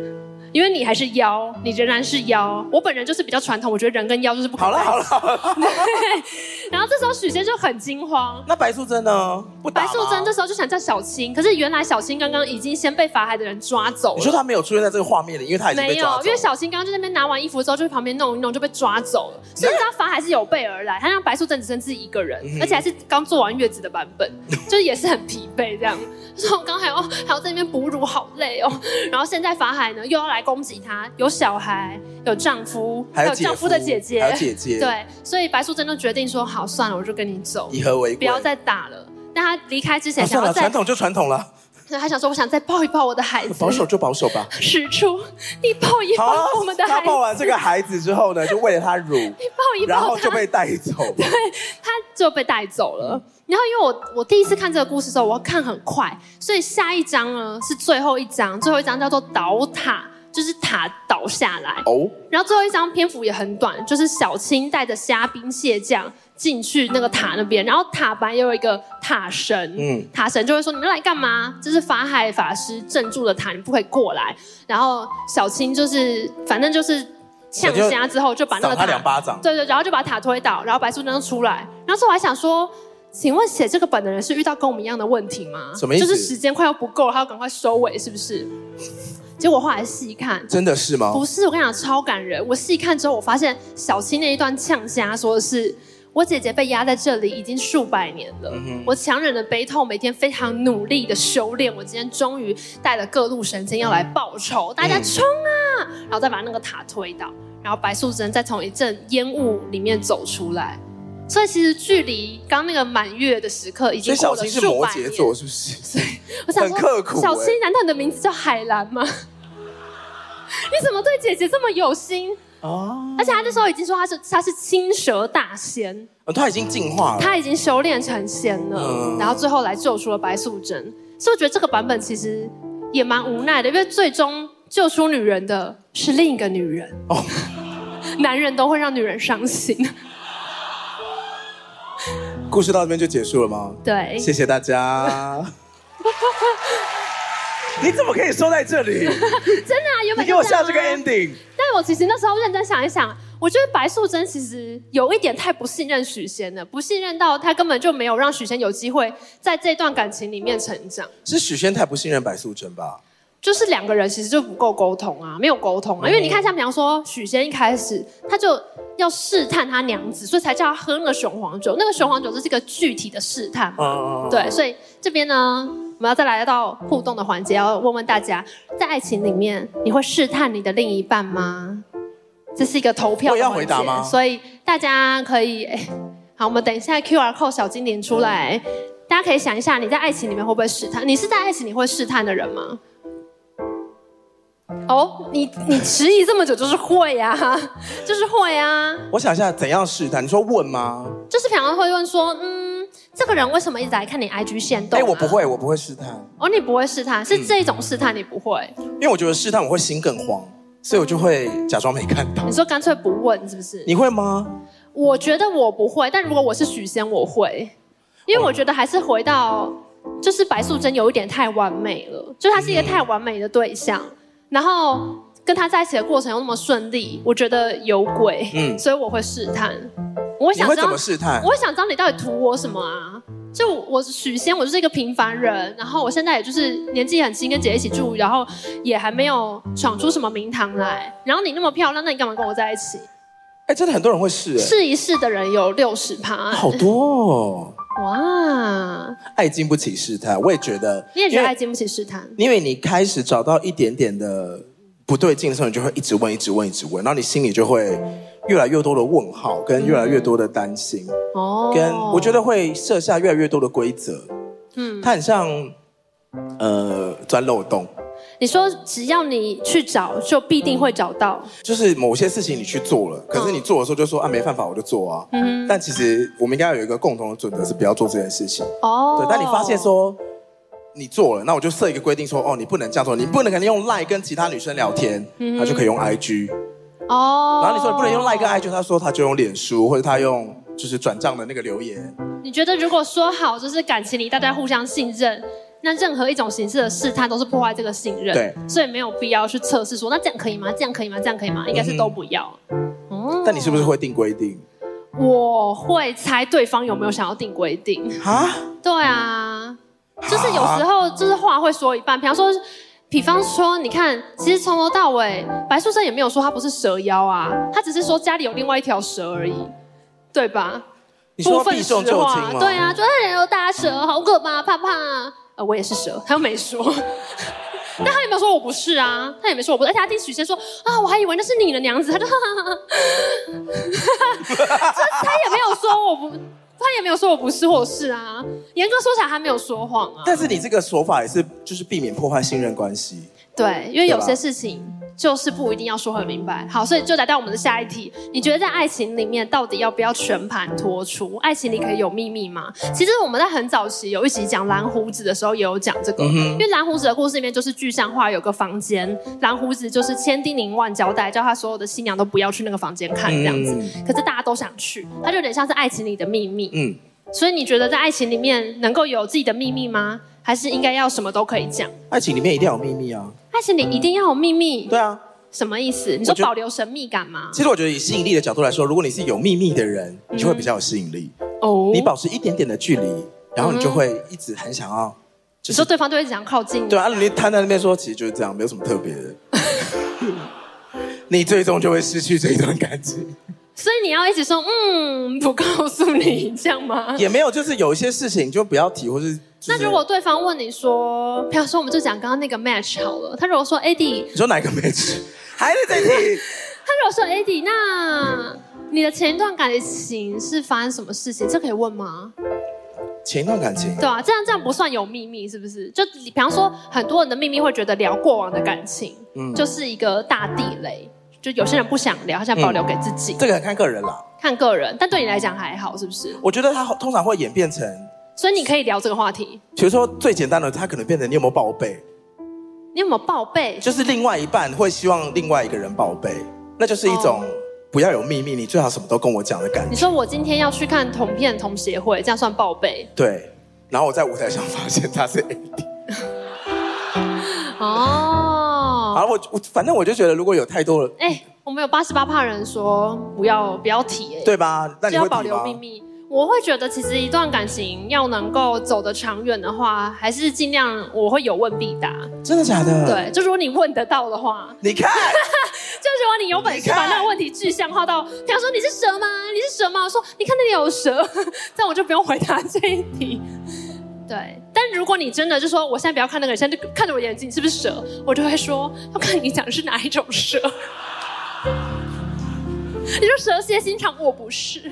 因为你还是妖，你仍然是妖。我本人就是比较传统，我觉得人跟妖就是不可好了好了好了。 对，然后这时候许仙就很惊慌。 那白素贞呢？不打吗？ 白素贞这时候就想叫小青，可是原来小青刚刚已经先被法海的人抓走了。 你说他没有出现在这个画面里，因为他已经被抓走了。 没有，因为小青刚刚就在那边拿完衣服之后，就去旁边弄一弄就被抓走了。所以你知道法海是有备而来，他让白素贞只剩自己一个人，嗯、而且还是刚做完月子的版本，就是也是很疲惫这样。说我刚还要还要在那边哺乳，好累哦。然后现在法海呢又要来攻击他，有小孩，有丈夫， 还有丈夫的姐姐， 还有姐姐。 对，所以白素贞就决定说好，算了，我就跟你走， 以和为贵， 不要再打了。但他离开之前啊、 想要再传统就传统了。 他想说，我想再抱一抱我的孩子， 保守就保守吧。 使出，你抱一抱我们的孩子。 他抱完这个孩子之后呢，就喂了他乳， 你抱一抱他， 然后就被带走。 对，他就被带走了。然后因为我我第一次看这个故事的时候，我要看很快，所以下一章呢是最后一章，最后一章叫做倒塔。就是塔倒下来哦， oh. 然后最后一张篇幅也很短，就是小青带着虾兵蟹将进去那个塔那边，然后塔板也有一个塔神，嗯，塔神就会说你们来干嘛？这是法海法师镇住的塔，你不可以过来。然后小青就是反正就是呛虾之后就把那个塔， 赏他两巴掌， 对对，然后就把塔推倒，然后白素贞就出来。然后我还想说，请问写这个本的人是遇到跟我们一样的问题吗？ 什么意思？ 就是时间快要不够了，他要赶快收尾，是不是？结果后来细看， 真的是吗？ 不是，我跟你讲超感人。我细看之后，我发现小青那一段呛虾说的是，我姐姐被压在这里已经数百年了，嗯、我强忍的悲痛，每天非常努力的修炼，我今天终于带了各路神仙要来报仇，大家冲啊！嗯、然后再把那个塔推倒，然后白素贞再从一阵烟雾里面走出来。所以其实距离刚那个满月的时刻已经过了数百年。所以小青是摩羯座，是不是？所以我想说，很刻苦欸。小青，难道你的名字叫海兰吗？你怎么对姐姐这么有心？哦，而且他那时候已经说他是他是青蛇大仙， 哦，他已经进化了， 他已经修炼成仙了，嗯、然后最后来救出了白素贞。所以我觉得这个版本其实也蛮无奈的，因为最终救出女人的是另一个女人。哦，男人都会让女人伤心。 故事到这边就结束了吗？ 对， 谢谢大家。你怎么可以收在这里？真的啊，原本、啊、 你给我下这个 ending。 但我其实那时候认真想一想，我觉得白素贞其实有一点太不信任许仙了，不信任到他根本就没有让许仙有机会在这段感情里面成长。 是许仙太不信任白素贞吧？ 就是两个人其实就不够沟通啊，没有沟通啊。因为你看，像比方说许仙一开始他就要试探他娘子，所以才叫他喝那个雄黄酒。那个雄黄酒就是一个具体的试探嘛。嗯、对，所以这边呢，我们要再来到互动的环节，要问问大家，在爱情里面，你会试探你的另一半吗？这是一个投票的环节， 我要回答吗？ 所以大家可以，哎，好，我们等一下 Q R code 小精灵出来，大家可以想一下，你在爱情里面会不会试探？你是在爱情里会试探的人吗？哦，你你迟疑这么久，就是会啊，就是会啊。 我想一下，怎样试探？你说问吗？ 就是平常会问说，嗯，这个人为什么一直来看你 I G 限动、啊？ 哎，我不会，我不会试探。 哦，你不会试探，是这种试探你不会、 嗯？因为我觉得试探我会心更慌，所以我就会假装没看到。 你说干脆不问，是不是？ 你会吗？ 我觉得我不会，但如果我是许仙，我会，因为我觉得还是回到，就是白素贞有一点太完美了，就她是一个太完美的对象。嗯，然后跟他在一起的过程又那么顺利，我觉得有鬼，嗯，所以我会试探。我会想知道你会怎么试探？ 我会想知道你到底图我什么啊？就我许仙，我就是一个平凡人，然后我现在也就是年纪很轻，跟姐姐一起住，然后也还没有闯出什么名堂来。然后你那么漂亮，那你干嘛跟我在一起？ 哎，真的很多人会试，哎， 试一试的人有六十趴， 好多哦。 哇， 爱经不起试探，我也觉得。 你也觉得爱经不起试探？ 因为你开始找到一点点的不对劲的时候，你就会一直问，一直问，一直问，然后你心里就会越来越多的问号，跟越来越多的担心。哦，跟我觉得会设下越来越多的规则。嗯，它很像呃钻漏洞。 你说只要你去找，就必定会找到。 就是某些事情你去做了，可是你做的时候就说、嗯、啊没办法我就做啊。嗯，但其实我们应该有一个共同的准则是不要做这件事情。哦，对，但你发现说你做了，那我就设一个规定说，哦你不能这样做，你不能可能用 LINE 跟其他女生聊天，嗯、他就可以用 I G。哦，然后你说你不能用 LINE 跟 I G， 他说他就用脸书或者他用就是转账的那个留言。 你觉得如果说好就是感情里大家互相信任， 那任何一种形式的试探都是破坏这个信任， 对， 所以没有必要去测试说那这样可以吗？这样可以吗？这样可以吗？应该是都不要。 嗯哦、但你是不是会定规定？ 我会猜对方有没有想要定规定啊？对啊，就是有时候就是话会说一半，比方说。比方说，你看，其实从头到尾，白素贞也没有说她不是蛇妖啊，她只是说家里有另外一条蛇而已，对吧？ 你说避重就轻吗？ 对啊，就那里有大蛇，好可怕，怕怕。呃，我也是蛇，他又没说，但他也没有说我不是啊，他也没说我不是，而且他第一时间说啊，我还以为那是你的娘子，他就哈哈哈，他也没有说我不。他也没有说我不是或是啊，严格说起来他没有说谎啊。 但是你这个说法也是就是避免破坏信任关系。 对，因为有些事情就是不一定要说很明白。好，所以就来到我们的下一题，你觉得在爱情里面到底要不要全盘托出？爱情里可以有秘密吗？其实我们在很早期有一集讲蓝胡子的时候也有讲这个，嗯、因为蓝胡子的故事里面就是具象化有个房间，蓝胡子就是千叮咛万交代，叫他所有的新娘都不要去那个房间看这样子，嗯、可是大家都想去，它就有点像是爱情里的秘密。嗯，所以你觉得在爱情里面能够有自己的秘密吗？还是应该要什么都可以讲？ 爱情里面一定要有秘密啊！ 爱情里一定要有秘密？ 对啊。 什么意思？你说保留神秘感吗？ 其实我觉得以吸引力的角度来说，如果你是有秘密的人，你就会比较有吸引力。哦、嗯。你保持一点点的距离，然后你就会一直很想要。就是、 你说对方就会想靠近你。 对啊，你摊在那边说，其实就是这样，没有什么特别的。你最终就会失去这一段感情。 所以你要一直说，嗯，不告诉你，这样吗？ 也没有，就是有一些事情就不要提，或是、就是。 那如果对方问你说，比方说我们就讲刚刚那个 match 好了，他如果说 A D， 你说哪个 match？ 还是这题？他如果说 A D， 那你的前一段感情是发生什么事情？这可以问吗？ 前一段感情？ 对啊，这样这样不算有秘密，是不是？就比方说，很多人的秘密会觉得聊过往的感情，嗯，就是一个大地雷。就有些人不想聊，他想保留给自己。 嗯、这个很看个人啦， 看个人，但对你来讲还好，是不是？ 我觉得他通常会演变成， 所以你可以聊这个话题。 比如说最简单的，他可能变成你有没有报备？ 你有没有报备？ 就是另外一半会希望另外一个人报备，那就是一种不要有秘密，你最好什么都跟我讲的感觉。 你说我今天要去看同片同协会，这样算报备？ 对，然后我在舞台上发现他是 A D。 哦， 好了，我我反正我就觉得，如果有太多了， 哎、欸，我们有八十八趴人说不要不要提、欸， 对吧？那你会提吗？ 就要保留秘密。我会觉得，其实一段感情要能够走得长远的话，还是尽量我会有问必答。 真的假的？ 对，就如果你问得到的话， 你看， 就如果你有本事把那个问题具象化到，比方说你是蛇吗？你是蛇吗？我说你看那里有蛇，这样我就不用回答这一题。对，但如果你真的就说我现在不要看那个人，现在就看着我眼睛，你是不是蛇？我就会说要看你讲的是哪一种蛇。你说蛇蝎心肠，我不是。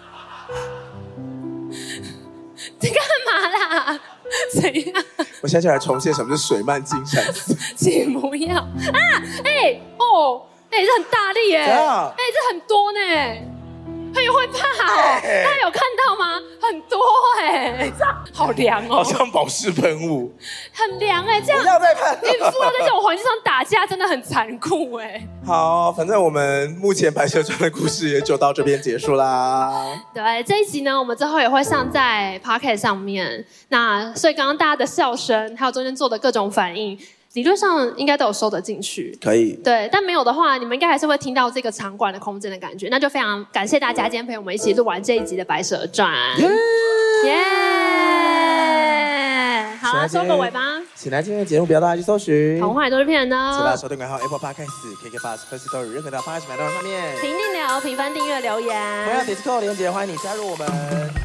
你干嘛啦？怎样？ 我现在就来重现什么是水漫金山寺。 请不要啊！哎、欸、哦，哎、欸，这很大力耶！哎、欸，这很多呢。他也会怕哦，欸、大家有看到吗？很多哎、欸，好凉哦， 好像保湿喷雾， 很凉哎、欸，这样不要再看， 孕妇要在这种环境上打架，真的很残酷哎、欸。 好，反正我们目前白蛇传的故事也就到这边结束啦。 对，这一集呢，我们之后也会上在 Podcast 上面。那所以刚刚大家的笑声，还有中间做的各种反应。理论上应该都有收得进去， 可以。 对，但没有的话，你们应该还是会听到这个场馆的空间的感觉。那就非常感谢大家今天陪我们一起录完这一集的《白蛇传》。耶！好啊，收个尾吧。 喜欢今天的节目，不要大家去搜寻。 童话也都是骗人的。 其他收听管道 Apple Podcast、K K Bus、Firstory 任何的 Podcast 买到上面。 评定聊、评分、订阅、留言。 还有 Discord 连结，欢迎你加入我们。